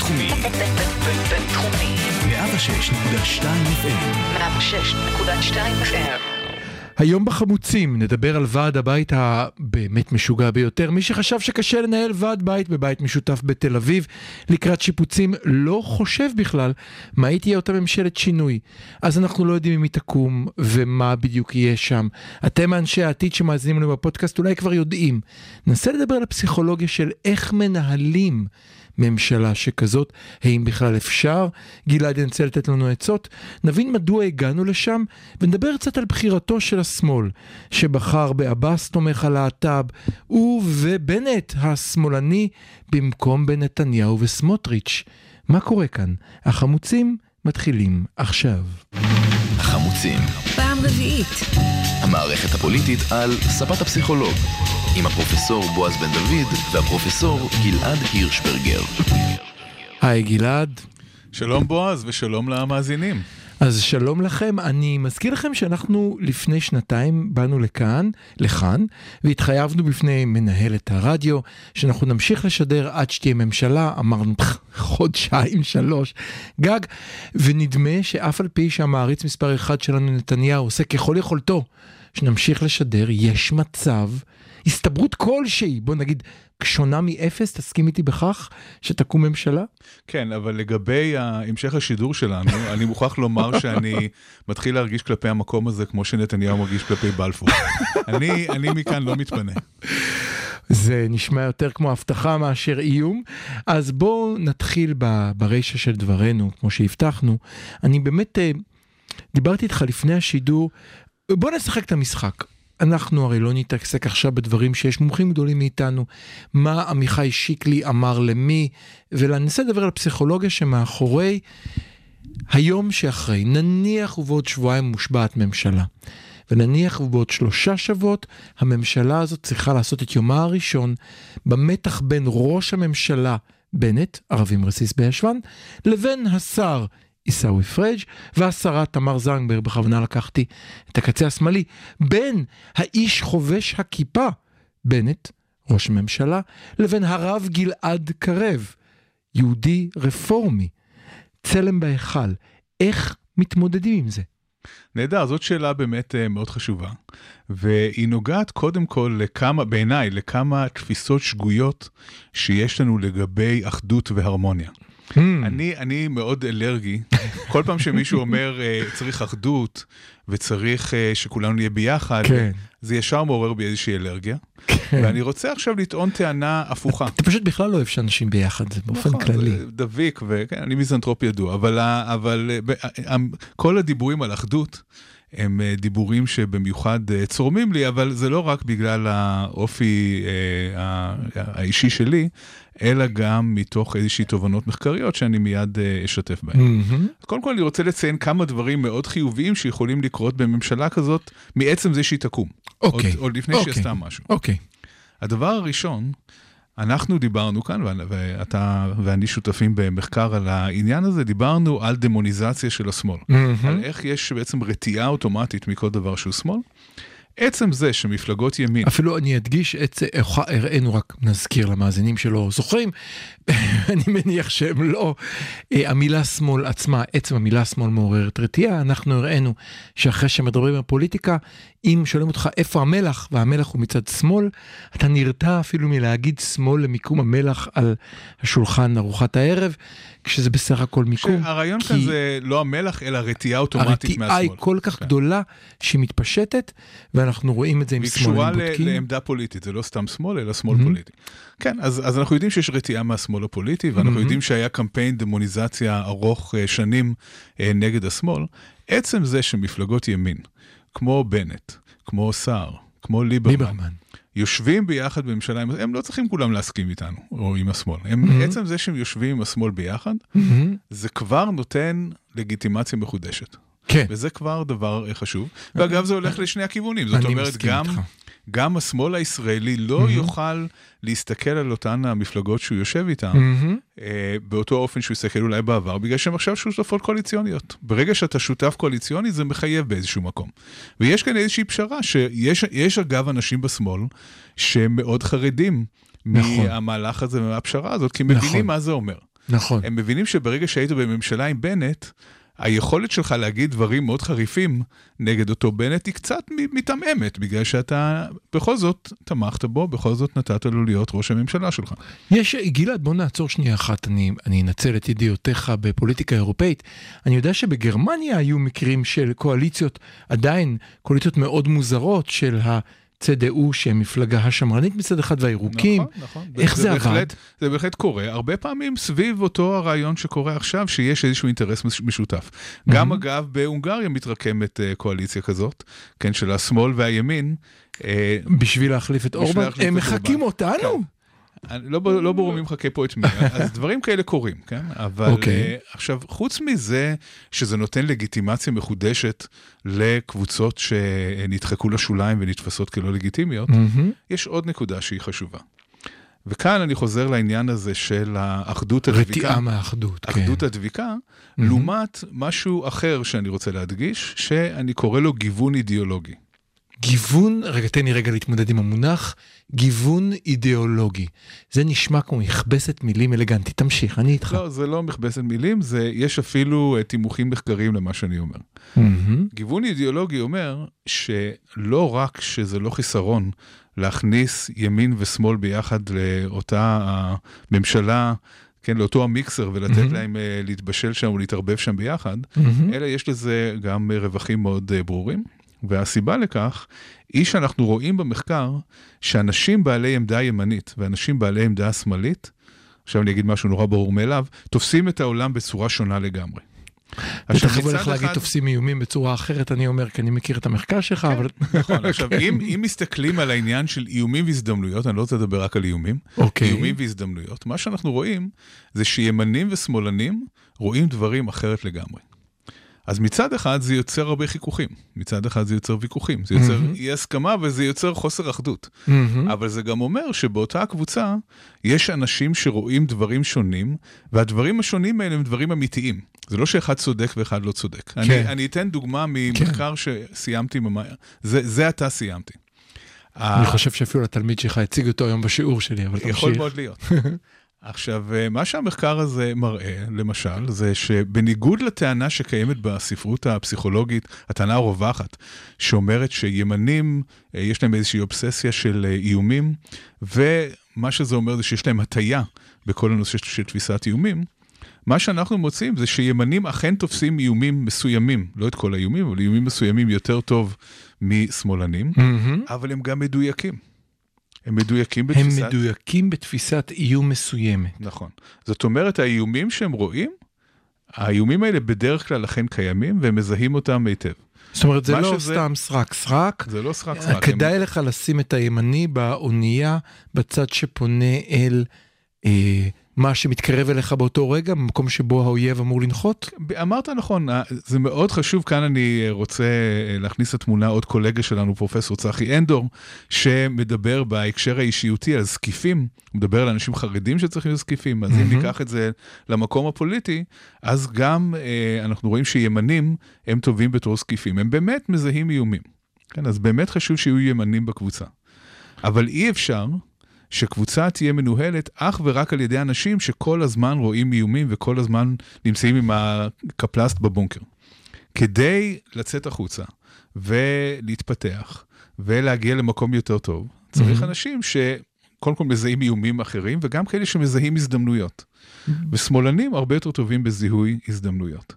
בינתחומי. בינתחומי. 106.2 FM. 106.2 FM. היום בחמוצים נדבר על ועד הבית הבאמת משוגע ביותר. מי שחשב שקשה לנהל ועד בית בבית משותף בתל אביב לקראת שיפוצים לא חושב בכלל מה תהיה אותה ממשלת שינוי. אז אנחנו לא יודעים אם היא תקום ומה בדיוק יהיה שם. אתם אנשי העתיד שמאזינים לנו בפודקאסט אולי כבר יודעים. ננסה לדבר על הפסיכולוגיה של איך מנהלים ממשלה שכזאת, האם בכלל אפשר? גלעד ינצל לתת לנו עצות, נבין מדוע הגענו לשם, ונדבר קצת על בחירתו של השמאל, שבחר באבאס תומך על הלהט"ב, ובנט השמאלני, במקום בנתניהו וסמוטריץ'. מה קורה כאן? החמוצים מתחילים עכשיו. החמוצים. פעם רביעית. המערכת הפוליטית על ספת הפסיכולוג. עם הפרופסור בועז בן דוד והפרופסור גלעד הירשברגר. היי גלעד. שלום בועז ושלום למאזינים. אז שלום לכם, אני מזכיר לכם שאנחנו לפני שנתיים באנו לכאן, והתחייבנו בפני מנהלת הרדיו, שאנחנו נמשיך לשדר עד שתהיה ממשלה, אמרנו חודשיים, 3, גג, ונדמה שאף על פי שהמעריץ מספר 1 שלנו נתניהו עושה ככל יכולתו, שנמשיך לשדר, יש מצב, הסתברות כלשהי, בוא נגיד, שונה מ-0, תסכים איתי בכך שתקום ממשלה? כן, אבל לגבי המשך השידור שלנו, אני מוכרח לומר שאני מתחיל להרגיש כלפי המקום הזה, כמו שנתניהו מרגיש כלפי בלפור. אני מכאן לא מתפנה. זה נשמע יותר כמו הבטחה מאשר איום. אז בואו נתחיל ברשע של דברנו, כמו שהבטחנו. אני באמת דיברתי איתך לפני השידור, בואו נשחק את המשחק. אנחנו הרי לא נתעסק עכשיו בדברים שיש מומחים גדולים מאיתנו, מה עמיחי שיקלי אמר למי, וננסה לדבר על פסיכולוגיה שמאחורי היום שאחרי, נניח ובעוד שבועיים מושבעת ממשלה, ונניח ובעוד 3 שבועות, הממשלה הזאת צריכה לעשות את יומה הראשון, במתח בין ראש הממשלה בנט, ערבים רסיס בישבן, לבין השר עיסאווי פריג' והשרה תמר זנדברג, בכוונה לקחתי את הקצה השמאלי, בין האיש חובש הכיפה, בנט, ראש הממשלה, לבין הרב גלעד קרב, יהודי רפורמי, צלם בהיכל. איך מתמודדים עם זה? נהדר, זאת שאלה באמת מאוד חשובה, והיא נוגעת קודם כל בעיניי, לכמה תפיסות שגויות שיש לנו לגבי אחדות והרמוניה. אני מאוד אלרגי, כל פעם שמישהו אומר צריך אחדות וצריך שכולנו נהיה ביחד, זה ישר מעורר בי איזושהי אלרגיה, ואני רוצה עכשיו לטעון טענה הפוכה. אתה פשוט בכלל לא אוהב שאנשים ביחד, זה באופן כללי. דביק, ואני מיזנטרופ ידוע, אבל כל הדיבורים על אחדות, הם דיבורים שבמיוחד צורמים לי, אבל זה לא רק בגלל האופי האישי שלי, אלא גם מתוך איזושהי תובנות מחקריות שאני מיד אשתף בהן. קודם כל אני רוצה לציין כמה דברים מאוד חיוביים שיכולים לקרות בממשלה כזאת, מעצם זה שהיא תקום. עוד לפני שעשתה משהו. הדבר הראשון, אנחנו דיברנו כאן, ואתה ואני שותפים במחקר על העניין הזה, דיברנו על דמוניזציה של השמאל. על איך יש בעצם רתיעה אוטומטית מכל דבר שהוא שמאל. עצם זה שמפלגות ימין... אפילו אני אדגיש, הראינו רק נזכיר למאזינים שלא זוכרים, אני מניח שהם לא, המילה שמאל עצמה, עצם המילה שמאל מעוררת רתיעה, אנחנו הראינו שאחרי שמדברים על פוליטיקה, אם שואלים אותך איפה המלח, והמלח הוא מצד שמאל, אתה נרתע אפילו מלהגיד שמאל למיקום המלח על השולחן ארוחת הערב, כשזה בסך הכל מיקום. הרעיון כאן זה לא המלח, אלא רתיעה אוטומטית מהשמאל. הרתיעה היא כל כך גדולה שהיא מתפשטת, ואנחנו רואים את זה עם שמאלים בודקים. והיא קשורה לעמדה פוליטית, זה לא סתם שמאל, אלא שמאל פוליטי. כן, אז אנחנו יודעים שיש רתיעה מהשמאל הפוליטי, ואנחנו יודעים שהיה קמפיין דמוניזציה ארוך שנים נגד השמאל. עצם זה שמפלגות ימין, כמו בנט, כמו סער, כמו ליברמן, יושבים ביחד בממשלה, הם לא צריכים כולם להסכים איתנו, או עם השמאל. עצם זה שהם יושבים עם השמאל ביחד, זה כבר נותן לגיטימציה מחודשת. כן. וזה כבר דבר חשוב. ואגב, זה הולך לשני הכיוונים. זאת אומרת, גם השמאל הישראלי לא יוכל להסתכל על אותן המפלגות שהוא יושב איתן, באותו אופן שהוא יסתכל אולי בעבר, בגלל שהן עכשיו שותפות קואליציוניות. ברגע שאתה שותף קואליציוני, זה מחייב באיזשהו מקום. ויש כאן איזושהי פשרה, שיש אגב אנשים בשמאל, שהם מאוד חרדים מהמהלך הזה, מהפשרה הזאת, כי מבינים מה זה אומר. נכון. הם מבינים שברגע שהיית בממשלה עם בנט, היכולת שלך להגיד דברים מאוד חריפים נגד אותו בנט היא קצת מתעממת, בגלל שאתה בכל זאת תמכת בו, בכל זאת נתת לו להיות ראש הממשלה שלך. גלעד, בוא נעצור שנייה אחת, אני אנצל את ידיעותיך בפוליטיקה אירופאית. אני יודע שבגרמניה היו מקרים של קואליציות, עדיין קואליציות מאוד מוזרות של CDU שהם מפלגה השמרנית מצד אחד והירוקים. נכון. איך זה עבד? זה בהחלט קורה. הרבה פעמים סביב אותו הרעיון שקורה עכשיו, שיש איזשהו אינטרס משותף. גם אגב, בהונגריה מתרקמת קואליציה כזאת, כן, של השמאל והימין. בשביל להחליף את אורבן? הם מחכים אותנו? לא ברור מי מחכה פה את מי, אז דברים כאלה קורים, כן? אבל עכשיו, חוץ מזה שזה נותן לגיטימציה מחודשת לקבוצות שנדחקו לשוליים ונתפסות כלא לגיטימיות, יש עוד נקודה שהיא חשובה. וכאן אני חוזר לעניין הזה של האחדות הדביקה. רתיעה מהאחדות, כן. אחדות הדביקה, לעומת משהו אחר שאני רוצה להדגיש, שאני קורא לו גיוון אידיאולוגי. גיוון, תן לי רגע להתמודד עם המונח, גיוון אידיאולוגי. זה נשמע כמו מכבסת מילים אלגנטית. תמשיך, אני איתך. לא, זה לא מכבסת מילים, יש אפילו תימוכים מחקריים למה שאני אומר. גיוון אידיאולוגי אומר שלא רק שזה לא חיסרון להכניס ימין ושמאל ביחד לאותה הממשלה, כן, לאותו המיקסר ולתת להם להתבשל שם ולהתערבב שם ביחד, אלא יש לזה גם רווחים מאוד ברורים. והסיבה לכך היא שאנחנו רואים במחקר שאנשים בעלי עמדה ימנית ואנשים בעלי עמדה שמאלית, עכשיו אני אגיד משהו נורא ברור מאליו, תופסים את העולם בצורה שונה לגמרי. אתה חייב לך להגיד תופסים איומים בצורה אחרת, אני אומר, כי אני מכיר את המחקר שלך, אבל... נכון, עכשיו, אם מסתכלים על העניין של איומים והזדמנויות, אני לא רוצה לדבר רק על איומים, איומים והזדמנויות, מה שאנחנו רואים זה שימנים ושמאלנים רואים דברים אחרת לגמרי. אז מצד אחד זה יוצר הרבה חיכוכים, מצד אחד זה יוצר ויכוחים, זה יוצר אי הסכמה וזה יוצר חוסר אחדות. אבל זה גם אומר שבאותה הקבוצה יש אנשים שרואים דברים שונים, והדברים השונים האלה הם דברים אמיתיים. זה לא שאחד צודק ואחד לא צודק. אני אתן דוגמה ממחקר שסיימתי, זה אתה סיימתי. אני חושב שאפילו התלמיד שלך הציג אותו היום בשיעור שלי, אבל תמשיך. יכול מאוד להיות. עכשיו, מה שהמחקר הזה מראה, למשל, זה שבניגוד לטענה שקיימת בספרות הפסיכולוגית, הטענה הרווחת, שאומרת שימנים, יש להם איזושהי אובססיה של איומים, ומה שזה אומר זה שיש להם הטיה בכל הנושא של תפיסת איומים, מה שאנחנו מוצאים זה שימנים אכן תופסים איומים מסוימים, לא את כל האיומים, אבל איומים מסוימים יותר טוב משמאלנים, אבל הם גם מדויקים. הם מדויקים בתפיסת איום מסוימת. נכון. זאת אומרת, האיומים שהם רואים, האיומים האלה בדרך כלל לכן קיימים, והם מזהים אותם היטב. זאת אומרת, זה לא סתם סרק. זה לא סרק. כדאי לך לשים את הימני באונייה, בצד שפונה אל מה שמתקרב אליך באותו רגע, במקום שבו האויב אמור לנחות? אמרת נכון, זה מאוד חשוב, כאן אני רוצה להכניס לתמונה עוד קולגה שלנו, פרופסור צחי אנדור, שמדבר בהקשר האישיותי על זקיפים, הוא מדבר על אנשים חרדים שצריכים זקיפים, אז אם ניקח את זה למקום הפוליטי, אז גם אנחנו רואים שימנים הם טובים בתור זקיפים, הם באמת מזהים איומים, כן, אז באמת חשוב שיהיו ימנים בקבוצה, אבל אי אפשר שקבוצה תהיה מנוהלת אך ורק על ידי אנשים שכל הזמן רואים איומים וכל הזמן נמצאים עם הקפלסט בבונקר. כדי לצאת החוצה ולהתפתח ולהגיע למקום יותר טוב, צריך אנשים שקודם כל מזהים איומים אחרים וגם כאלה שמזהים הזדמנויות. ושמאלנים הרבה יותר טובים בזיהוי הזדמנויות.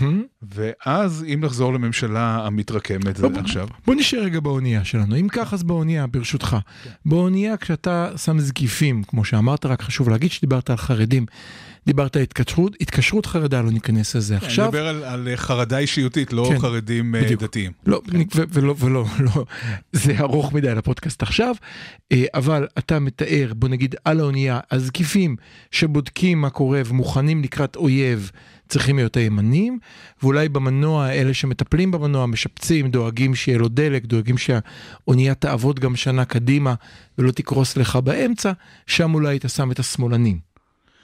ואז אם נחזור לממשלה המתרקמת עכשיו. בוא נשאר רגע באונייה שלנו. אם כך אז באונייה, ברשותך. באונייה כשאתה שם זקיפים, כמו שאמרת, רק חשוב להגיד שדיברת על חרדים, דיברת על התקשרות חרדה, לא ניכנס לזה עכשיו. אני מדבר על חרדה אישיותית, לא חרדים דתיים. לא, ולא, זה ארוך מדי לפודקאסט עכשיו, אבל אתה מתאר, בוא נגיד, על האונייה, הזקיפים שבודקים מה קורה ומוכנים לקראת אויב, צריכים להיות הימנים, ואולי במנוע, אלה שמטפלים במנוע, משפצים, דואגים שיהיה לו דלק, דואגים שהאונייה תעבוד גם שנה קדימה, ולא תקרוס לך באמצע, שם אולי אתה שם את השמאלנים.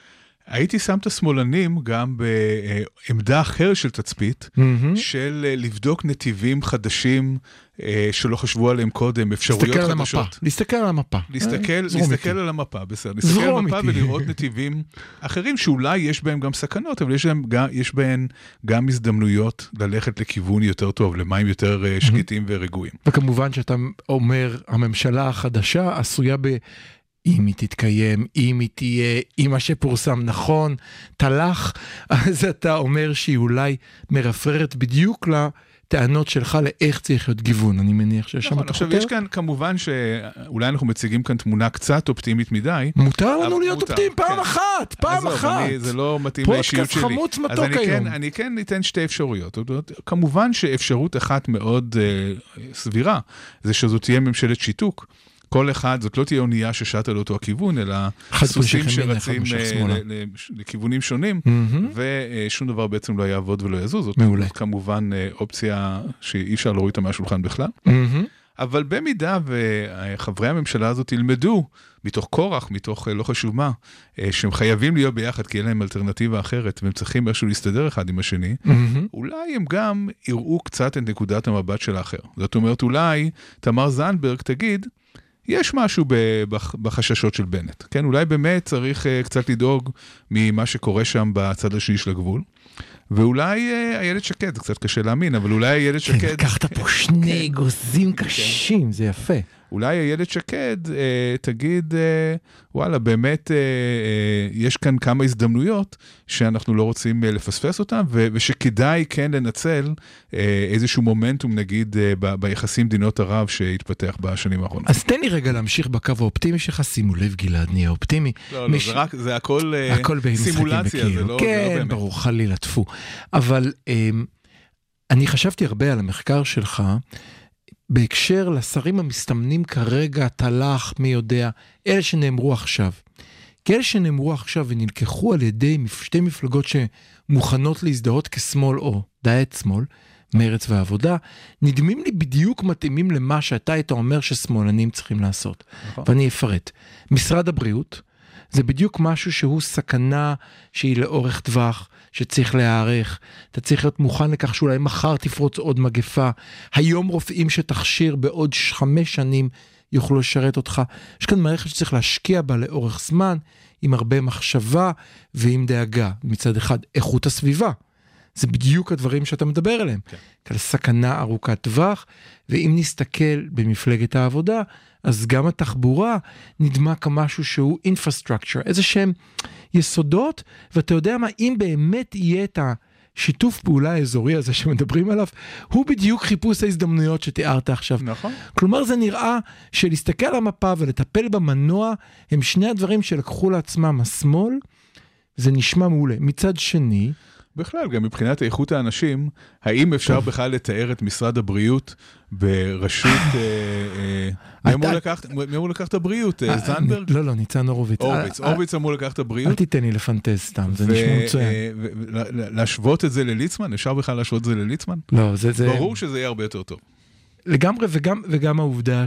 הייתי שם את השמאלנים גם בעמדה אחרת של תצפית, של לבדוק נתיבים חדשים שלא חשבו עליהם קודם, אפשרויות חדשות. להסתכל על המפה. להסתכל על המפה, בסדר. להסתכל על המפה ולראות נתיבים אחרים שאולי יש בהם גם סכנות, אבל יש בהם גם הזדמנויות ללכת לכיוון יותר טוב, למים יותר שקטים ורגועים. וכמובן שאתה אומר, הממשלה החדשה עשויה אם היא תתקיים, אם היא תהיה, אם מה שפורסם נכון, תלך, אז אתה אומר שהיא אולי מרפררת בדיוק לטענות שלך לאיך צריך להיות גיוון. אני מניח שיש שם את החותר. עכשיו, יש כאן כמובן שאולי אנחנו מציגים כאן תמונה קצת אופטימית מדי. מותר לנו להיות אופטימיים פעם אחת, פעם אחת. זה לא מתאים לאישיות שלי. חמוץ מתוק היום. אני כן ניתן שתי אפשרויות. כמובן שאפשרות אחת מאוד סבירה, זה שזאת תהיה ממשלת שיתוק. כל אחד, זאת לא תהיה אונייה ששעת על אותו הכיוון, אלא סוסים שרצים לכיוונים שונים, ושום דבר בעצם לא יעבוד ולא יזוז. זאת כמובן אופציה שאי אפשר להוריד אותה מהשולחן בכלל. אבל במידה וחברי הממשלה הזאת ילמדו, מתוך כורח, מתוך לא חשוב מה, שהם חייבים להיות ביחד, כי אין להם אלטרנטיבה אחרת, והם צריכים איכשהו להסתדר אחד עם השני, אולי הם גם יראו קצת את נקודת המבט של האחר. זאת אומרת, אולי תמר זנדברג תגיד, יש משהו בחששות של בנט, כן? אולי באמת צריך קצת לדאוג ממה שקורה שם בצד השני של הגבול, ואולי איילת שקד, זה קצת קשה להאמין, אבל אולי איילת שקד... כן, לקחת פה שני גוזים קשים, זה יפה. אולי איילת שקד תגיד, וואלה, באמת יש כאן כמה הזדמנויות שאנחנו לא רוצים לפספס אותם, ושכדאי כן לנצל איזשהו מומנטום, נגיד, ביחסים מדינות ערב שהתפתח בשנים האחרונות. אז תן לי רגע להמשיך בקו האופטימי שלך, שימו לב גלעד, נהיה אופטימי. לא, זה הכל סימולציה, זה לא באמת. כן, ברור, חלילה, תפו. אבל אני חשבתי הרבה על המחקר שלך, בהקשר לשרים המסתמנים כרגע, תלך, מי יודע, אלה שנאמרו עכשיו. כי אלה שנאמרו עכשיו ונלקחו על ידי שתי מפלגות שמוכנות להזדהות כשמאל או דעת שמאל, מרץ והעבודה, נדמים לי בדיוק מתאימים למה שאתה היית אומר ששמאלנים צריכים לעשות. ואני אפרט. משרד הבריאות, זה בדיוק משהו שהוא סכנה שהיא לאורך טווח, שצריך להיערך, אתה צריך להיות מוכן לכך שאולי מחר תפרוץ עוד מגפה, היום רופאים שתכשיר בעוד 5 שנים יוכלו לשרת אותך, יש כאן מערכת שצריך להשקיע בה לאורך זמן, עם הרבה מחשבה ועם דאגה, מצד אחד איכות הסביבה, זה בדיוק הדברים שאתה מדבר עליהם, כאלה סכנה ארוכת טווח, ואם נסתכל במפלגת העבודה, אז גם התחבורה נדמה כמשהו שהוא infrastructure, איזה שהם יסודות, ואתה יודע מה, אם באמת יהיה את השיתוף פעולה האזורי הזה שמדברים עליו, הוא בדיוק חיפוש ההזדמנויות שתיארת עכשיו. נכון. כלומר, זה נראה שלהסתכל על המפה ולטפל במנוע, הם שני הדברים שלקחו לעצמם השמאל, זה נשמע מעולה. מצד שני, בכלל, גם מבחינת איכות האנשים, האם אפשר בכלל לתאר את משרד הבריאות בראשות... מי אמור לקחת את הבריאות? זנדברג? לא, ניצן הורוביץ. הורוביץ אמור לקחת את הבריאות? אל תיתן לי לפנטז סתם, זה נשמע מצוין. להשוות את זה לליצמן? אפשר בכלל להשוות את זה לליצמן? לא, זה... ברור שזה יהיה הרבה יותר טוב. לגמרי, וגם העובדה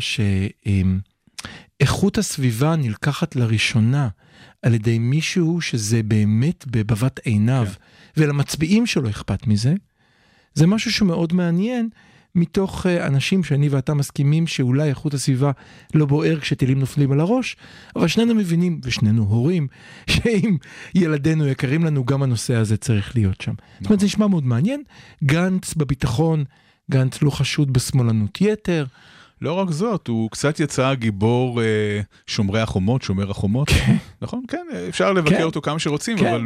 שאיכות הסביבה נלקחת לראשונה על ידי מישהו שזה באמת בבת עיניו, ולמצביעים שלו אכפת מזה, זה משהו שמאוד מעניין, מתוך אנשים שאני ואתה מסכימים שאולי איכות הסביבה לא בוער כשטילים נופלים על הראש, אבל שנינו מבינים, ושנינו הורים, שאם ילדינו יקרים לנו, גם הנושא הזה צריך להיות שם. זאת אומרת, זה נשמע מאוד מעניין, גנץ בביטחון, גנץ לא חשוד בשמאלנות יתר, לא רק זאת, הוא קצת יצא גיבור שומרי החומות, שומר החומות. נכון? כן, אפשר לבקר אותו כמה שרוצים, אבל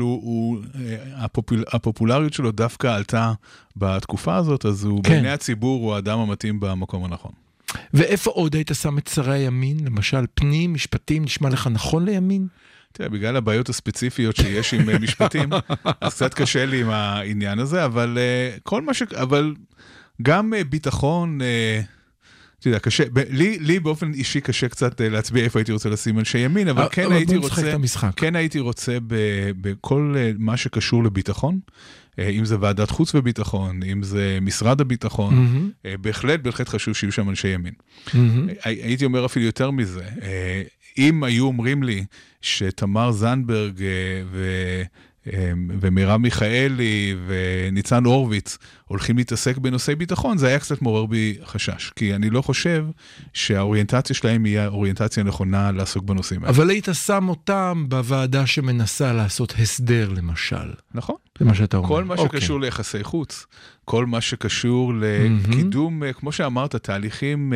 הפופולריות שלו דווקא עלתה בתקופה הזאת, אז הוא בעיני הציבור הוא האדם המתאים במקום הנכון. ואיפה עוד היית שם את שרי הימין? למשל, פנים, משפטים, נשמע לך נכון לימין? תראה, בגלל הבעיות הספציפיות שיש עם משפטים, אז קצת קשה לי עם העניין הזה, אבל כל מה אבל גם ביטחון... תדע, קשה, לי באופן אישי קשה קצת להצביע איפה הייתי רוצה לשים אנשי ימין, אבל כן הייתי רוצה בכל מה שקשור לביטחון, אם זה ועדת חוץ וביטחון, אם זה משרד הביטחון, בהחלט חשוב שיהיו שם אנשי ימין. הייתי אומר אפילו יותר מזה, אם היו אומרים לי שתמר זנדברג ומרב מיכאלי וניצן הורוביץ הולכים להתעסק בנושאי ביטחון, זה היה קצת מעורר בי חשש, כי אני לא חושב שהאוריינטציה שלהם היא האוריינטציה הנכונה לעסוק בנושאים האלה. אבל היית שם אותם בוועדה שמנסה לעשות הסדר למשל. נכון. זה מה שאתה אומר. כל מה שקשור ליחסי חוץ, כל מה שקשור לקידום, כמו שאמרת, תהליכים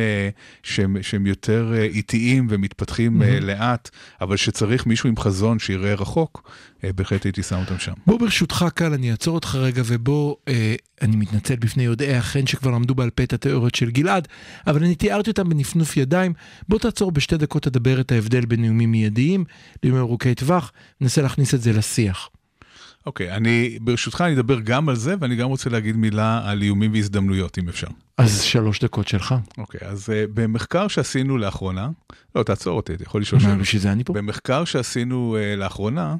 שהם יותר איטיים ומתפתחים לאט, אבל שצריך מישהו עם חזון שיראה רחוק, בהחלט הייתי שם אותם שם. בוא ברשותך קל, אני אעצור אותך רגע, ובוא, אני מתנצל בפני יודעי החן שכבר למדו בעל פה את התיאוריות של גלעד, אבל אני תיארתי אותם בנפנוף ידיים. בוא תעצור בשתי דקות תדבר את ההבדל בין איומים מיידיים, לאיומים ארוכי טווח, ננסה להכניס את זה לשיח. אוקיי, ברשותך אני אדבר גם על זה, ואני גם רוצה להגיד מילה על איומים והזדמנויות, אם אפשר. אז 3 דקות שלך. אוקיי, אז במחקר שעשינו לאחרונה, לא, תעצור אותי, אתה יכול לשאול שאלה. בשביל זה אני פה. במחקר שעשינו לאחרונה,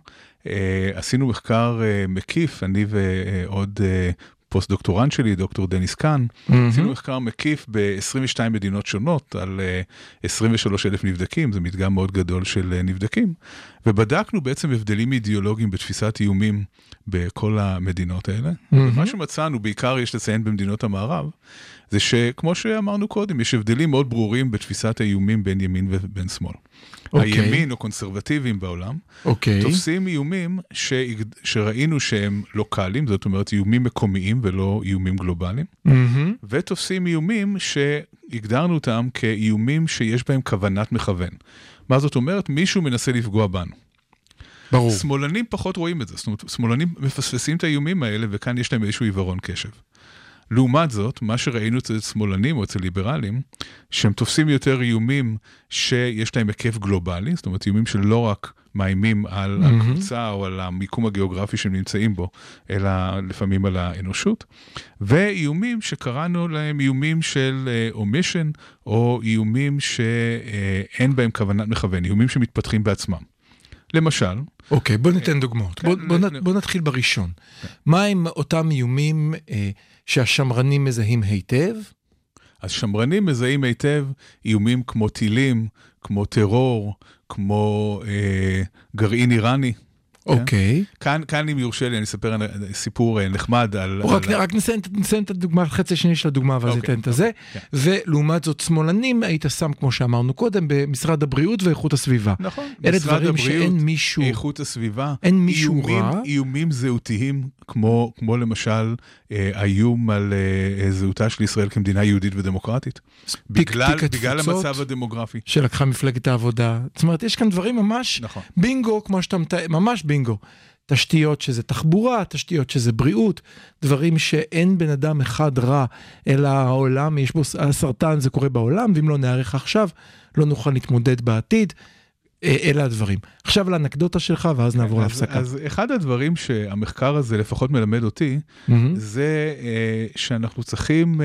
עשינו מחקר מקיף, אני ועוד פוסט-דוקטורנט שלי, דוקטור דניס קאן, עשינו מחקר מקיף ב-22 מדינות שונות, על 23,000 נבדקים, זה מדגם מאוד גדול של נבדקים, ובדקנו בעצם הבדלים אידיאולוגיים בתפיסת איומים בכל המדינות האלה. ומה שמצאנו, בעיקר יש לציין במדינות המערב, זה שכמו שאמרנו קודם, יש הבדלים מאוד ברורים בתפיסת האיומים בין ימין ובין שמאל. הימין או קונסרבטיביים בעולם, תופסים איומים שראינו שהם לוקליים, זאת אומרת איומים מקומיים ולא איומים גלובליים, ותופסים איומים שהגדרנו אותם כאיומים שיש בהם כוונת מכוון. מה זאת אומרת? מישהו מנסה לפגוע בנו. ברור. שמאלנים פחות רואים את זה, זאת אומרת, שמאלנים מפספסים את האיומים האלה, וכאן יש להם איזשהו עיוורון קשב. לעומת זאת, מה שראינו אצל שמאלנים או אצל ליברלים, שהם תופסים יותר איומים שיש להם היקף גלובלי, זאת אומרת, איומים שלא רק מאיימים על הקבוצה או על המיקום הגיאוגרפי שהם נמצאים בו, אלא לפעמים על האנושות, ואיומים שקראנו להם איומים של omission, או איומים שאין בהם כוונת מכוון, איומים שמתפתחים בעצמם. למשל... אוקיי, בוא ניתן דוגמאות. בוא נתחיל בראשון. מה עם אותם איומים שהשמרנים מזהים היטב? אז שמרנים מזהים היטב איומים כמו טילים, כמו טרור, כמו גרעין איראני. אוקיי. כאן אם יורשה לי, אני אספר סיפור נחמד על... רק נסיים את הדוגמה, החצי השני של הדוגמה, ואז ניתן את זה. ולעומת זאת, שמאלנים היית שם, כמו שאמרנו קודם, במשרד הבריאות ואיכות הסביבה. נכון. אלה דברים שאין מישהו... איכות הסביבה. אין מישהו רע. איומים זהותיים, כמו למשל, האיום על זהותה של ישראל כמדינה יהודית ודמוקרטית. בגלל המצב הדמוגרפי. שלקחה מפלגת העבודה. זאת אומרת, יש כאן דברים ממש בינגו, כמו שאתה ממש בינגו. תשתיות שזה תחבורה, תשתיות שזה בריאות, דברים שאין בן אדם אחד רע, אלא העולם, יש בו הסרטן, זה קורה בעולם, ואם לא נערך עכשיו, לא נוכל להתמודד בעתיד. אלה הדברים. עכשיו לאנקדוטה שלך, ואז נעבור להפסקה. אז אחד הדברים שהמחקר הזה לפחות מלמד אותי, זה שאנחנו צריכים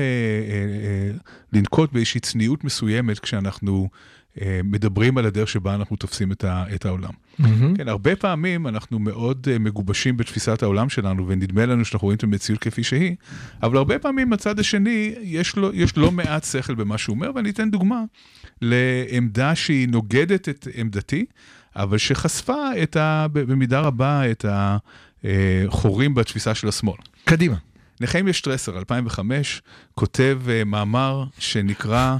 לנקוט באיזושהי צניעות מסוימת, כשאנחנו מדברים על הדרך שבה אנחנו תופסים את העולם. כן, הרבה פעמים אנחנו מאוד מגובשים בתפיסת העולם שלנו, ונדמה לנו שאנחנו רואים את המציאות כפי שהיא, אבל הרבה פעמים הצד השני, יש לא מעט שכל במה שהוא אומר, ואני אתן דוגמה לעמדה שהיא נוגדת את עמדתי, אבל שחשפה במידה רבה את החורים בתפיסה של השמאל. קדימה. נחמיה שטרסר, 2005, כותב מאמר שנקרא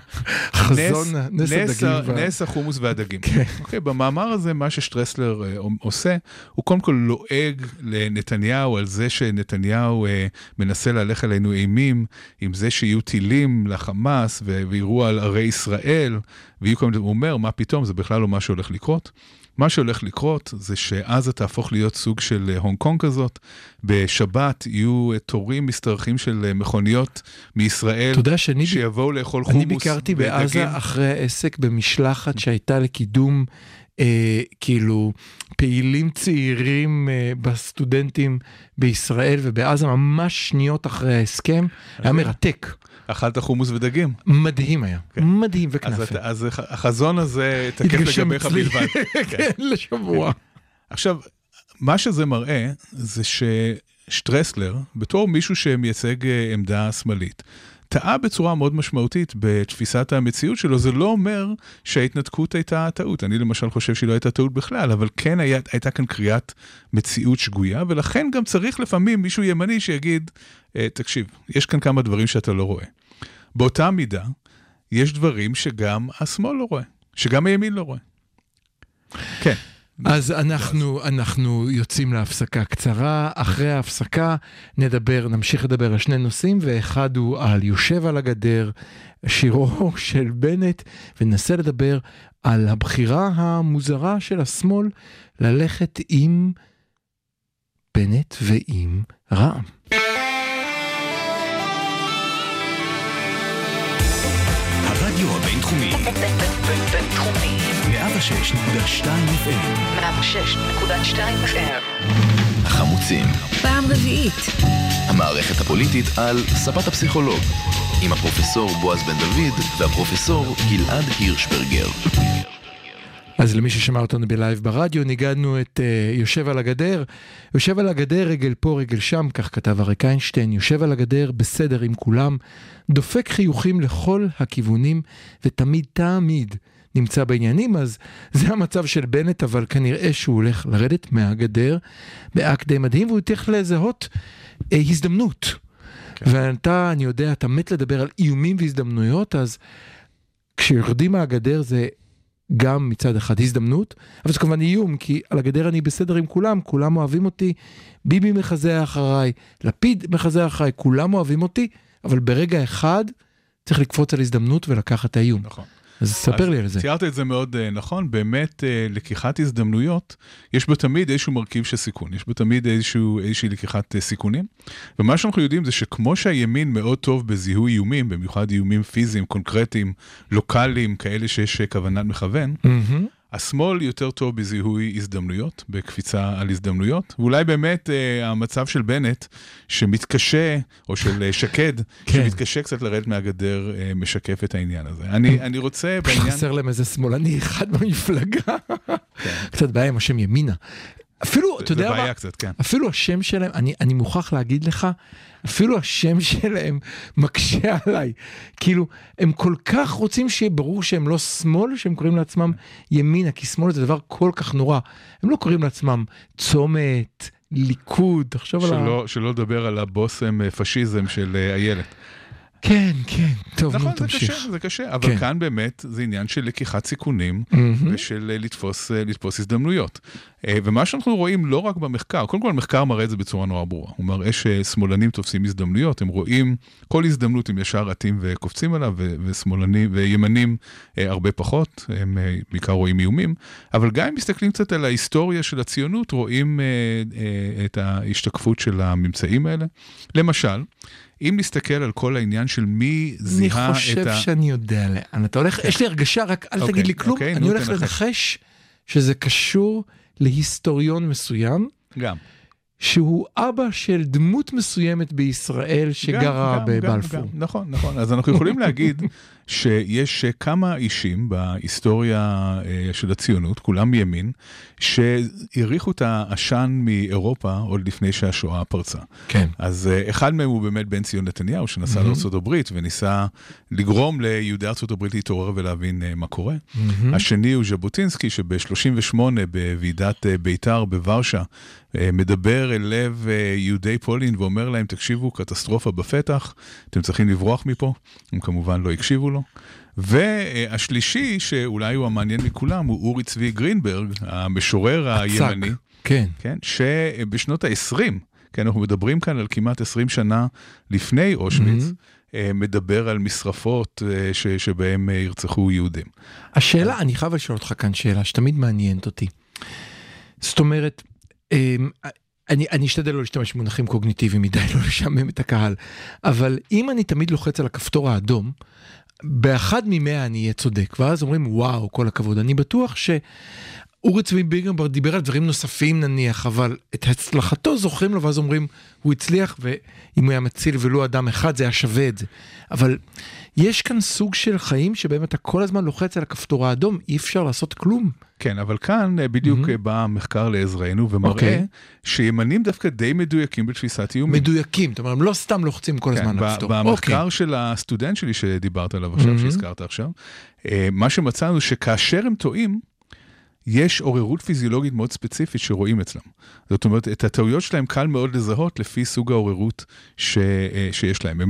נס החומוס והדגים. במאמר הזה, מה ששטרסלר עושה, הוא קודם כל לועג לנתניהו על זה שנתניהו מנסה להלך עלינו אימים, עם זה שיהיו טילים לחמאס ויראו על ערי ישראל, הוא אומר, מה פתאום, זה בכלל לא מה שהולך לקרות. מה שהולך לקרות זה שעזה תהפוך להיות סוג של הונג קונג כזאת, בשבת יהיו תורים אזרחים משתרכים של מכוניות מישראל, שיבואו לאכול חומוס. אני ביקרתי בעזה אחרי העסק במשלחת שהייתה לקידום כאילו פעילים צעירים בסטודנטים בישראל ובעזה, ממש שניות אחרי ההסכם, היה מרתק. אכלת חומוס ודגים? מדהים היה, מדהים וכנפה. אז החזון הזה תקף לגביך בלבד. כן, לשבוע. עכשיו, מה שזה מראה זה ששטרסלר, בתור מישהו שמייצג עמדה שמאלית, טעה בצורה מאוד משמעותית בתפיסת המציאות שלו. זה לא אומר שההתנתקות הייתה טעות. אני למשל חושב שהיא לא הייתה טעות בכלל, אבל כן הייתה כאן קריאת מציאות שגויה, ולכן גם צריך לפעמים מישהו ימני שיגיד, תקשיב, יש כאן כמה דברים שאתה לא רואה. באותה מידה, יש דברים שגם השמאל לא רואה, שגם הימין לא רואה. כן. אז אנחנו יוצאים להפסקה קצרה. אחרי ההפסקה נמשיך לדבר על שני נושאים, ואחד הוא על יושב על הגדר, שירו של בנט, וננסה לדבר על הבחירה המוזרה של השמאל ללכת עם בנט ועם רע"מ. הרדיו הבינתחומי. בינתחומי. 106.2 FM. 106.2 FM. החמוצים. פעם רביעית. המערכת הפוליטית על ספת הפסיכולוג. עם הפרופסור בועז בן דוד והפרופסור גלעד הירשברגר. אז למי ששמע אותנו בלייב ברדיו, ניגדנו את יושב על הגדר. יושב על הגדר, רגל פה, רגל שם, כך כתב אריק איינשטיין. יושב על הגדר בסדר עם כולם, דופק חיוכים לכל הכיוונים, ותמיד נמצא בעניינים. אז זה המצב של בנט, אבל כנראה שהוא הולך לרדת מהגדר באקט די מדהים, והוא צריך לזהות הזדמנות. כן. ואתה, אני יודע, אתה מת לדבר על איומים והזדמנויות, אז כשיורדים מהגדר זה גם מצד אחד הזדמנות, אבל זה כמובן איום, כי על הגדר אני בסדר עם כולם, כולם אוהבים אותי, ביבי מחזה אחריי, לפיד מחזה אחריי, כולם אוהבים אותי, אבל ברגע אחד צריך לקפוץ על הזדמנות ולקחת את האיום. נכון. אז ספר לי על זה. ציירת את זה מאוד נכון, באמת לקיחת הזדמנויות, יש בה תמיד איזשהו מרכיב של סיכון, יש בה תמיד איזושהי לקיחת סיכונים, ומה שאנחנו יודעים זה שכמו שהימין מאוד טוב בזיהוי איומים, במיוחד איומים פיזיים, קונקרטיים, לוקליים, כאלה שיש כוונת מכוון, השמאל יותר טוב בזיהוי הזדמנויות, בקפיצה על הזדמנויות, ואולי באמת המצב של בנט שמתקשה, או של שקד, שמתקשה קצת לרדת מהגדר, משקף את העניין הזה. אני רוצה בעניין... חסר להם איזה שמאלני אחד במפלגה, קצת בעיה עם השם ימינה. אפילו, אתה יודע מה? אפילו השם שלהם, אני מוכרח להגיד לך, אפילו השם שלהם מקשה עליי. כאילו, הם כל כך רוצים שיהיה ברור שהם לא שמאל, שהם קוראים לעצמם ימינה, כי שמאל זה דבר כל כך נורא. הם לא קוראים לעצמם צומת, ליכוד, תחשוב על שלא לדבר על הבוסם פשיזם של איילת. כן, כן, טוב, נכון, תמשיך. זה קשה, אבל כאן באמת זה עניין של לקיחת סיכונים, ושל לתפוס הזדמנויות. ומה שאנחנו רואים לא רק במחקר, קודם כל המחקר מראה את זה בצורה נורא ברורה, הוא מראה ששמאלנים תופסים הזדמנויות, הם רואים כל הזדמנות עם ישר רתים וקופצים עליו, ושמאלנים וימנים הרבה פחות, הם בעיקר רואים איומים, אבל גם אם מסתכלים קצת על ההיסטוריה של הציונות, רואים את ההשתקפות של הממצאים האלה. למשל, אם נסתכל על כל העניין של מי זיהה את ה... אני חושב שאני יודע לאן אתה הולך, יש לי הרגשה, רק אל תגיד לי כלום, אני הולך לנחש שזה קשור להיסטוריון מסוים, גם. שהוא אבא של דמות מסוימת בישראל שגרה בבלפור. נכון, נכון. אז אנחנו יכולים להגיד שיש כמה אישים בהיסטוריה של הציונות, כולם מימין, שהריחו את העשן מאירופה עוד לפני שהשואה פרצה. כן. אז אחד מהם הוא באמת בן ציון נתניהו, שנסע לארצות הברית וניסה לגרום ליהודי ארצות הברית להתעורר ולהבין מה קורה. השני הוא ז'בוטינסקי, שב-38 בוועידת בית"ר בוורשה, מדבר אל לב יהודי פולין ואומר להם, תקשיבו, קטסטרופה בפתח, אתם צריכים לברוח מפה. הם כמובן לא הקשיבו לו. והשלישי, שאולי הוא המעניין מכולם, הוא אורי צבי גרינברג, המשורר הימני. כן. כן, שבשנות ה-20, כן, אנחנו מדברים כאן על כמעט 20 שנה לפני אושוויץ, מדבר על משרפות שבהם ירצחו יהודים. השאלה, אני חייב לשאול אותך כאן שאלה שתמיד מעניינת אותי. זאת אומרת, אני אשתדל לא להשתמש במונחים קוגניטיביים מדי, לא לשמם את הקהל, אבל אם אני תמיד לוחץ על הכפתור האדום, באחד ממאה אני אהיה צודק, ואז אומרים וואו, כל הכבוד, אני בטוח אורי צבי ביגנברג דיבר על דברים נוספים נניח, אבל את הצלחתו זוכרים לו, ואז אומרים, הוא הצליח, ואם הוא היה מציל ולא אדם אחד, זה היה שווה את זה. אבל יש כאן סוג של חיים, שבהם אתה כל הזמן לוחץ על הכפתור האדום, אי אפשר לעשות כלום. כן, אבל כאן בדיוק בא המחקר לעזרנו, ומראה שימנים דווקא די מדויקים בתפיסת איומים. מדויקים, זאת אומרת, הם לא סתם לוחצים כל הזמן על הכפתור. במחקר של הסטודנט שלי שדיברת עליו עכשיו, שהזכרת עכשיו, מה שמצאנו שכאשר הם טועים, יש עוררות פיזיולוגית מאוד ספציפית שרואים אצלם. זאת אומרת, את הטעויות שלהם קל מאוד לזהות לפי סוג העוררות שיש להם.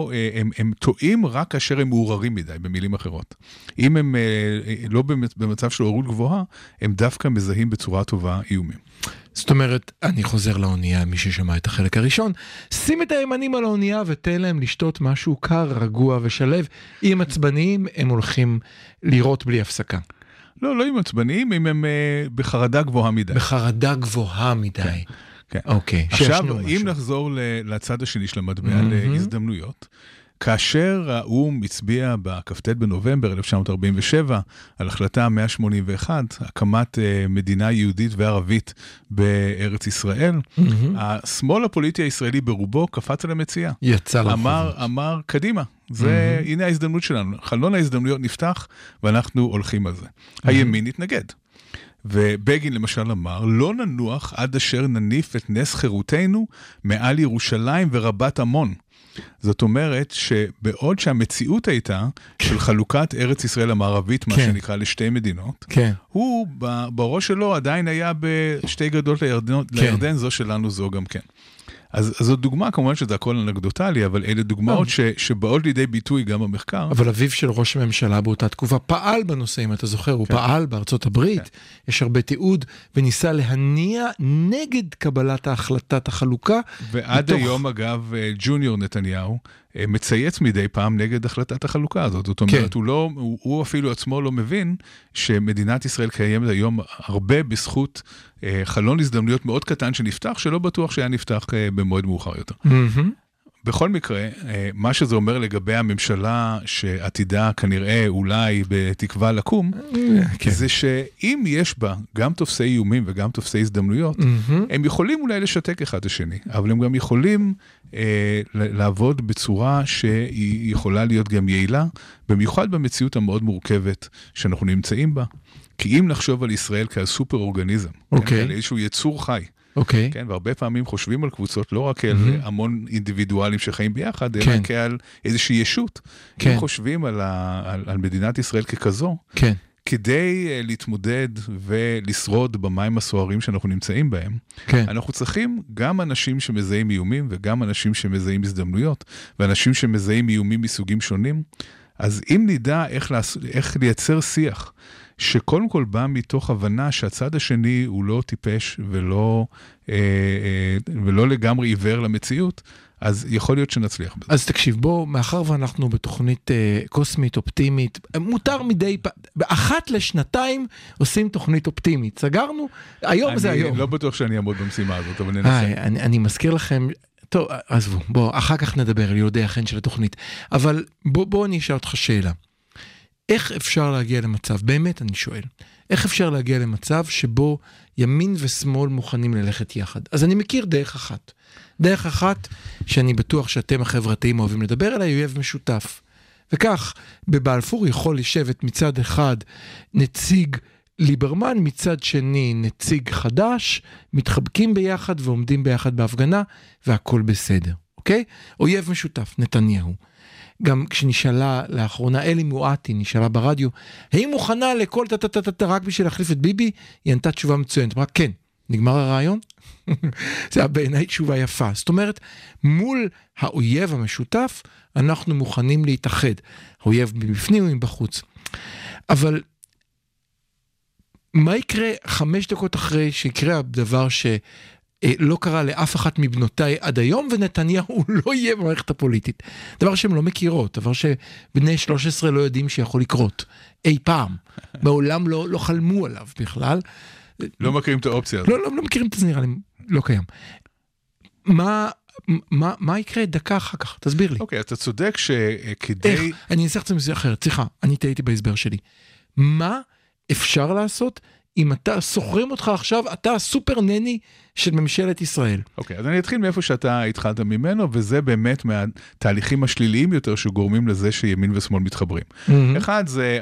הם טועים רק כאשר הם מעוררים מדי, במילים אחרות. אם הם לא במצב של עוררות גבוהה, הם דווקא מזהים בצורה טובה איומים. זאת אומרת, אני חוזר לאונייה, מי ששמע את החלק הראשון, שים את הימנים על האונייה ותן להם לשתות משהו קר, רגוע ושלב. אם עצבניים, הם הולכים לירות בלי הפסקה. לא עם עצבניים, אם הם בחרדה גבוהה מדי. בחרדה גבוהה מדי. כן. אוקיי. עכשיו, אם נחזור לצד השני של המטבע, להזדמנויות, כאשר האו"ם הצביע בכ"ט בנובמבר 1947 על החלטה 181, הקמת מדינה יהודית וערבית בארץ ישראל, השמאל הפוליטי הישראלי ברובו קפץ על המציאה. יצא לרחובות. אמר, קדימה, הנה ההזדמנות שלנו. חלון ההזדמנויות נפתח ואנחנו הולכים על זה. הימין התנגד. ובגין למשל אמר, לא ננוח עד אשר נניף את נס חירותנו מעל ירושלים ורבת עמון. זאת אומרת שבעוד שהמציאות הייתה של חלוקת ארץ ישראל המערבית, מה שנקרא לשתי מדינות, הוא בראש שלו עדיין היה בשתי גדות לירדן, זו שלנו זו גם כן. אז זו דוגמה, כמובן שזה הכל אנקדוטלי, אבל אלה דוגמאות שבאות לידי ביטוי גם במחקר. אבל אביו של ראש הממשלה באותה תקופה פעל בנושא, אם אתה זוכר, הוא פעל בארצות הברית, יש הרבה תיעוד, וניסה להניע נגד קבלת ההחלטת החלוקה. ועד היום, אגב, ג'וניור נתניהו, מצייץ מדי פעם נגד החלטת החלוקה הזאת. זאת אומרת, הוא אפילו עצמו לא מבין שמדינת ישראל קיימת היום הרבה בזכות חלון הזדמנויות מאוד קטן שנפתח, שלא בטוח שהיה נפתח במועד מאוחר יותר. בכל מקרה, מה שזה אומר לגבי הממשלה שעתידה כנראה אולי בתקווה לקום, זה שאם יש בה גם תופסי איומים וגם תופסי הזדמנויות, הם יכולים אולי לשתק אחד השני, אבל הם גם יכולים לעבוד בצורה שהיא יכולה להיות גם יעילה, במיוחד במציאות המאוד מורכבת שאנחנו נמצאים בה. כי אם נחשוב על ישראל כעל סופר אורגניזם, כעל איזשהו יצור חי, כן, והרבה פעמים חושבים על קבוצות לא רק כעל המון אינדיבידואלים שחיים ביחד, אלא כעל איזושהי ישות. אם חושבים על מדינת ישראל ככזו, כדי להתמודד ולשרוד במים הסוערים שאנחנו נמצאים בהם, אנחנו צריכים גם אנשים שמזהים איומים, וגם אנשים שמזהים הזדמנויות, ואנשים שמזהים איומים מסוגים שונים. אז אם נדע איך לייצר שיח, שקודם כל בא מתוך הבנה שהצד השני הוא לא טיפש ולא לגמרי עיוור למציאות, אז יכול להיות שנצליח בזה. אז תקשיב, בוא, מאחר ואנחנו בתוכנית קוסמית, אופטימית, מותר מדי, באחת לשנתיים עושים תוכנית אופטימית. סגרנו? היום זה היום. אני לא בטוח שאני אעמוד במשימה הזאת, אבל ננסה. אני מזכיר לכם, טוב, עזבו, בוא, אחר כך נדבר על יהודי החן של התוכנית, אבל בוא אני אשאל אותך שאלה. איך אפשר להגיע למצב, באמת אני שואל, איך אפשר להגיע למצב שבו ימין ושמאל מוכנים ללכת יחד? אז אני מכיר דרך אחת שאני בטוח שאתם החברתיים אוהבים לדבר עליה, אויב משותף. וכך, בבלפור יכול לשבת מצד אחד נציג ליברמן, מצד שני נציג חדש, מתחבקים ביחד ועומדים ביחד בהפגנה, והכל בסדר, אוקיי? אויב משותף, נתניהו. גם כשנשאלה לאחרונה, אלי מואטי, נשאלה ברדיו, האם מוכנה לכל רק בשביל להחליף את ביבי? היא ענתה תשובה מצוינת, אמרה, כן, נגמר הרעיון? זה היה בעיניי תשובה יפה. זאת אומרת, מול האויב המשותף, אנחנו מוכנים להתאחד. האויב מבפנים ומבחוץ. אבל מה יקרה 5 דקות אחרי שיקרה הדבר שלא קרה לאף אחת מבנותיי עד היום, ונתניהו לא יהיה במערכת הפוליטית? דבר שהן לא מכירות, דבר שבני 13 לא יודעים שיכול לקרות. אי פעם. בעולם לא חלמו עליו בכלל. לא מכירים את האופציה הזאת. לא מכירים את זה, נראה לי, לא קיים. מה יקרה דקה אחר כך? תסביר לי. אוקיי, אתה צודק שכדי... אני אנסח את זה מזה אחרת, סליחה, אני טעיתי בהסבר שלי. מה אפשר לעשות אם אתה סוחרים אותך עכשיו, אתה הסופר נני של ממשלת ישראל? אוקיי, אז אני אתחיל מאיפה שאתה התחלת ממנו, וזה באמת מהתהליכים השליליים יותר שגורמים לזה שימין ושמאל מתחברים. אחד זה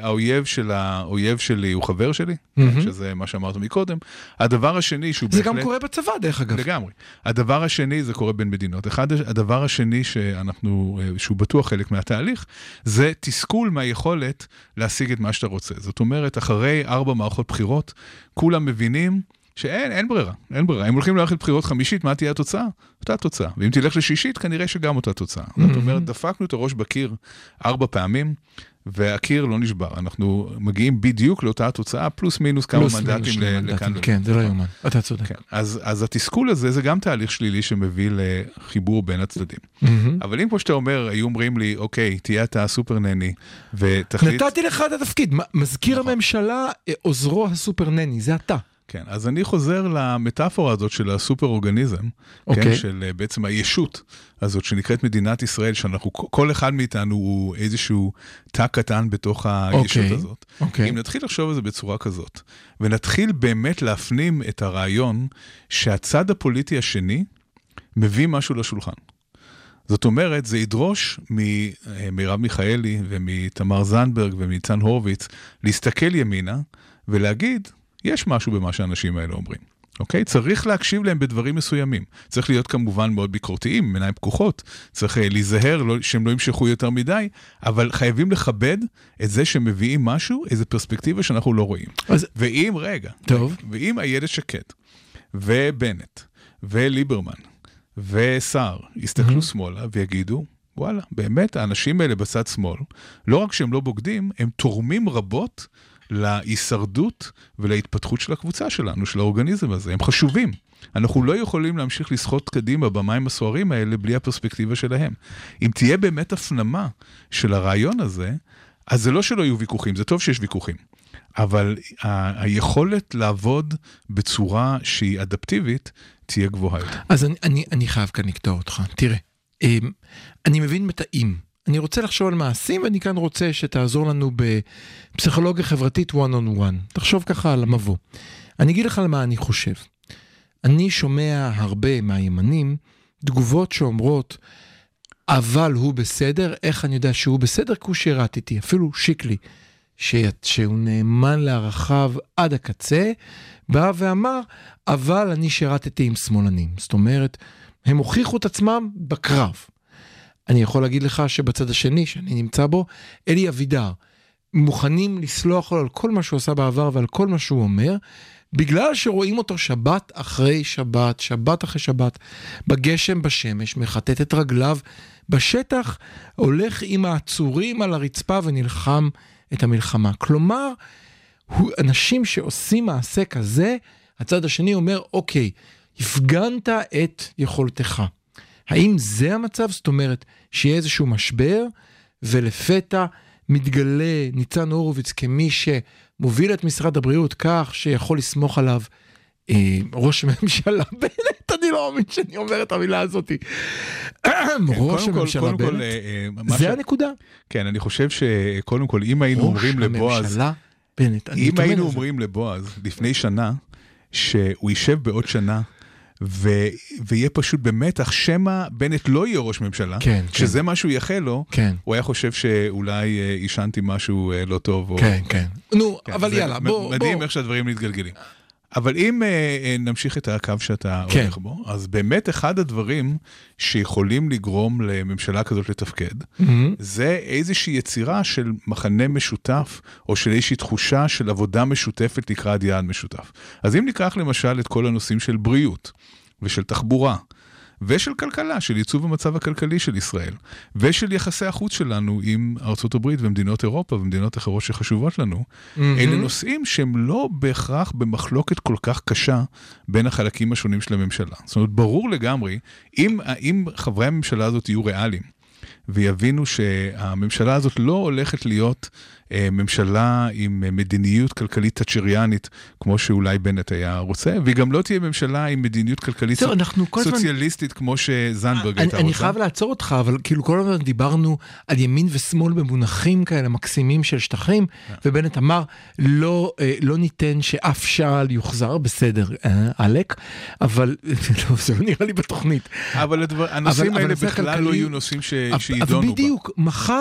האויב שלי הוא חבר שלי, שזה מה שאמרת מקודם. הדבר השני שהוא זה גם קורה בצבא דרך אגב. לגמרי. הדבר השני זה קורה בין מדינות. הדבר השני שהוא בטוח חלק מהתהליך, זה תסכול מהיכולת להשיג את מה שאתה רוצה. זאת אומרת, אחרי 4 מערכות בחירות, כולם מבינים שאין ברירה, אין ברירה. אם הולכים ללכת בחירות חמישית, מה תהיה התוצאה? אותה תוצאה. ואם תלך לשישית, כנראה שגם אותה תוצאה. זאת אומרת, דפקנו את הראש בקיר 4 פעמים, והקיר לא נשבר. אנחנו מגיעים בדיוק לאותה התוצאה, פלוס מינוס כמה מנדטים לכאן. כן, זה לא יומן. אתה צודק. אז התסכול הזה, זה גם תהליך שלילי שמביא לחיבור בין הצדדים. אבל אם כמו שאתה אומר, היו אומרים לי, אוקיי, תהיה אתה הסופר נני, ותחליט... נתתי לך את התפקיד. מזכיר הממשלה, עוזרו הסופר נני, זה אתה. כן, אז אני חוזר למטאפורה הזאת של הסופר אורגניזם, כן, של בעצם הישות הזאת שנקראת מדינת ישראל, שאנחנו, כל אחד מאיתנו הוא איזשהו תא קטן בתוך הישות הזאת. אם נתחיל לחשוב על זה בצורה כזאת, ונתחיל באמת להפנים את הרעיון שהצד הפוליטי השני מביא משהו לשולחן. זאת אומרת, זה ידרוש מרב מיכאלי ומתמר זנדברג ומצן הורוביץ להסתכל ימינה ולהגיד, יש משהו במה שהאנשים האלה אומרים. אוקיי? צריך להקשיב להם בדברים מסוימים. צריך להיות כמובן מאוד ביקורתיים, מניים פקוחות. צריך להיזהר שהם לא ימשכו יותר מדי, אבל חייבים לכבד את זה שמביאים משהו, איזו פרספקטיבה שאנחנו לא רואים. ואם, ואם איילת שקד, ובנט, וליברמן, ושר, יסתכלו שמאלה ויגידו, וואלה, באמת האנשים האלה בצד שמאל, לא רק שהם לא בוגדים, הם תורמים רבות להישרדות ולהתפתחות של הקבוצה שלנו, של האורגניזם הזה. הם חשובים. אנחנו לא יכולים להמשיך לשחות קדימה במים הסוערים האלה בלי הפרספקטיבה שלהם. אם תהיה באמת הפנמה של הרעיון הזה, אז זה לא שלא יהיו ויכוחים, זה טוב שיש ויכוחים. אבל היכולת לעבוד בצורה שהיא אדפטיבית, תהיה גבוהה יותר. אז אני חייב כאן לקטוע אותך. תראה, אני מבין מתאים. אני רוצה לחשוב על מעשים, ואני כאן רוצה שתעזור לנו בפסיכולוגיה חברתית one on one. תחשוב ככה על המבוא. אני אגיד לך על מה אני חושב. אני שומע הרבה מהימנים תגובות שאומרות, אבל הוא בסדר, איך אני יודע שהוא בסדר? כי הוא שירת איתי, אפילו שיקלי, שהוא נאמן לערכיו עד הקצה, בא ואמר, אבל אני שירתתי עם שמאלנים. זאת אומרת, הם הוכיחו את עצמם בקרב. אני יכול להגיד לך שבצד השני, שאני נמצא בו, אלי אבידר, מוכנים לסלוח לו על כל מה שהוא עשה בעבר ועל כל מה שהוא אומר, בגלל שרואים אותו שבת אחרי שבת, שבת אחרי שבת, בגשם, בשמש, מחטט את רגליו, בשטח, הולך עם העצורים על הרצפה ונלחם את המלחמה. כלומר, אנשים שעושים מעשה כזה, הצד השני אומר, אוקיי, הפגנת את יכולתך. האם זה המצב? זאת אומרת, שיהיה איזשהו משבר, ולפתע מתגלה ניצן הורוביץ כמי שמוביל את משרד הבריאות כך שיכול לסמוך עליו ראש הממשלה בנט, אני לא מאמין שאני אומר את המילה הזאת. ראש הממשלה בנט, זה הנקודה. כן, אני חושב שקודם כל, אם היינו אומרים לבועז, אם היינו אומרים לבועז לפני שנה, שהוא יישב בעוד שנה, ויהיה פשוט במתח, שמה בנט לא יהיה ראש ממשלה, שזה משהו יחל לו, הוא היה חושב שאולי ישנתי משהו לא טוב. כן. נו, אבל יאללה, בוא. מדהים איך שהדברים מתגלגלים. אבל אם נמשיך את הקו שאתה הולך בו, אז באמת אחד הדברים שיכולים לגרום לממשלה כזאת לתפקד, זה איזושהי יצירה של מחנה משותף, או של איזושהי תחושה של עבודה משותפת לקראת יעד משותף. אז אם ניקח למשל את כל הנושאים של בריאות, ושל תחבורה, ושל כלכלה, של ייצוב המצב הכלכלי של ישראל, ושל יחסי החוץ שלנו עם ארצות הברית ומדינות אירופה ומדינות אחרות שחשובות לנו, אלה נושאים שהם לא בהכרח במחלוקת כל כך קשה בין החלקים השונים של הממשלה. זאת אומרת, ברור לגמרי, אם חברי הממשלה הזאת יהיו ריאליים, ויבינו שהממשלה הזאת לא הולכת להיות ממשלה עם מדיניות כלכלית תאצ'ריאנית, כמו שאולי בנט היה רוצה, והיא גם לא תהיה ממשלה עם מדיניות כלכלית סוציאליסטית, כמו שזנברג הייתה רוצה. אני חייב לעצור אותך, אבל כאילו כל הזמן דיברנו על ימין ושמאל במונחים כאלה מקסימים של שטחים, ובנט אמר, לא ניתן שאף שעל יוחזר, בסדר, אלק, אבל זה לא נראה לי בתוכנית. אבל הנושאים האלה בכלל לא יהיו נושאים שידונו בה. בדיוק,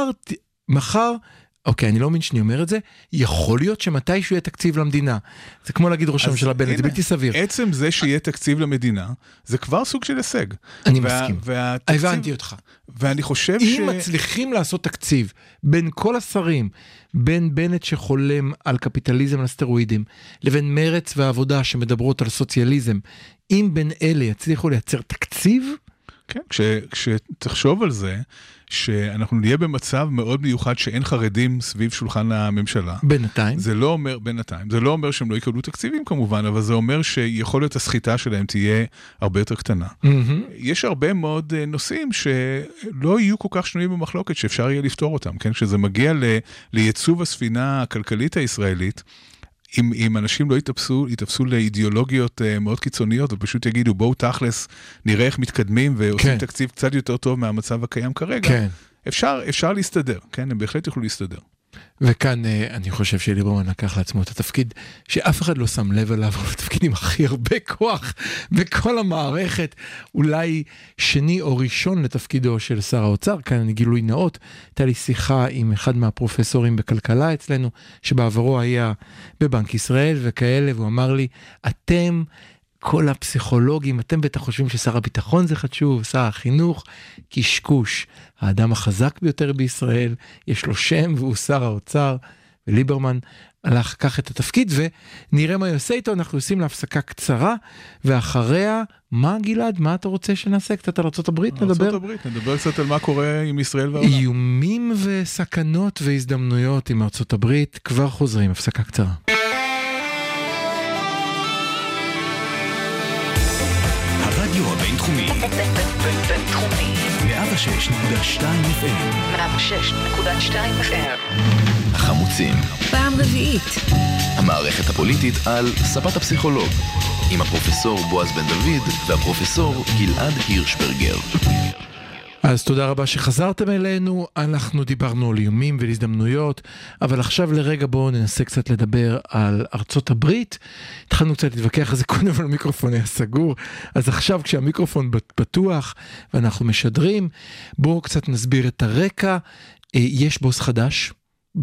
מחר, אוקיי, אני לא מבין שאני אומר את זה, יכול להיות שמתישהו יהיה תקציב למדינה. זה כמו להגיד ראש הממשלה בנט, זה בלתי סביר. עצם זה שיהיה תקציב למדינה, זה כבר סוג של הישג. אני מסכים. הבנתי אותך. ואני חושב אם מצליחים לעשות תקציב בין כל השרים, בין בנט שחולם על קפיטליזם על סטרואידים, לבין מרץ והעבודה שמדברות על סוציאליזם, אם בין אלה יצליחו לייצר תקציב, כן, כשתחשוב על זה, שאנחנו נהיה במצב מאוד מיוחד שאין חרדים סביב שולחן הממשלה. בינתיים. זה לא אומר, בינתיים. זה לא אומר שהם לא יקבלו תקציבים כמובן, אבל זה אומר שיכול להיות הסחיטה שלהם תהיה הרבה יותר קטנה. יש הרבה מאוד נושאים שלא יהיו כל כך שנויים במחלוקת, שאפשר יהיה לפתור אותם, כן? כשזה מגיע לייצוב הספינה הכלכלית הישראלית, אם אנשים לא יתאפסו לאידיאולוגיות מאוד קיצוניות, ופשוט יגידו, בואו תכלס, נראה איך מתקדמים, ועושים תקציב קצת יותר טוב מהמצב הקיים כרגע, אפשר להסתדר, כן? הם בהחלט יוכלו להסתדר. וכאן אני חושב שליברמן לקח לעצמו את התפקיד שאף אחד לא שם לב אליו, הוא התפקיד עם הכי הרבה כוח בכל המערכת, אולי שני או ראשון לתפקידו של שר האוצר. כאן אני גילוי נאות, הייתה לי שיחה עם אחד מהפרופסורים בכלכלה אצלנו, שבעברו היה בבנק ישראל וכאלה, והוא אמר לי, אתם כל הפסיכולוגים, אתם בטח חושבים ששר הביטחון זה חשוב, שר החינוך, קשקוש. האדם החזק ביותר בישראל, יש לו שם והוא שר האוצר, וליברמן הלך כך את התפקיד, ונראה מה יעשה איתו. אנחנו עושים להפסקה קצרה, ואחריה, מה גלעד, מה אתה רוצה שנעשה? קצת על ארצות הברית נדבר? ארצות הברית, נדבר קצת על מה קורה עם ישראל והעולם. איומים וסכנות והזדמנויות עם ארצות הברית, כבר חוזרים, הפסקה קצרה. הרדיו הבינתחומי. בינתחומי. 106.2 FM. 106.2 FM. החמוצים. פעם רביעית. המערכת הפוליטית על ספת הפסיכולוג. עם הפרופסור בועז בן דוד והפרופסור גלעד הירשברגר. אז תודה רבה שחזרתם אלינו, אנחנו דיברנו על איומים ולהזדמנויות, אבל עכשיו לרגע בואו ננסה קצת לדבר על ארצות הברית. התחלנו קצת להתווכח על זה קודם, אבל המיקרופון היה סגור, אז עכשיו כשהמיקרופון פתוח ואנחנו משדרים, בואו קצת נסביר את הרקע. יש בוס חדש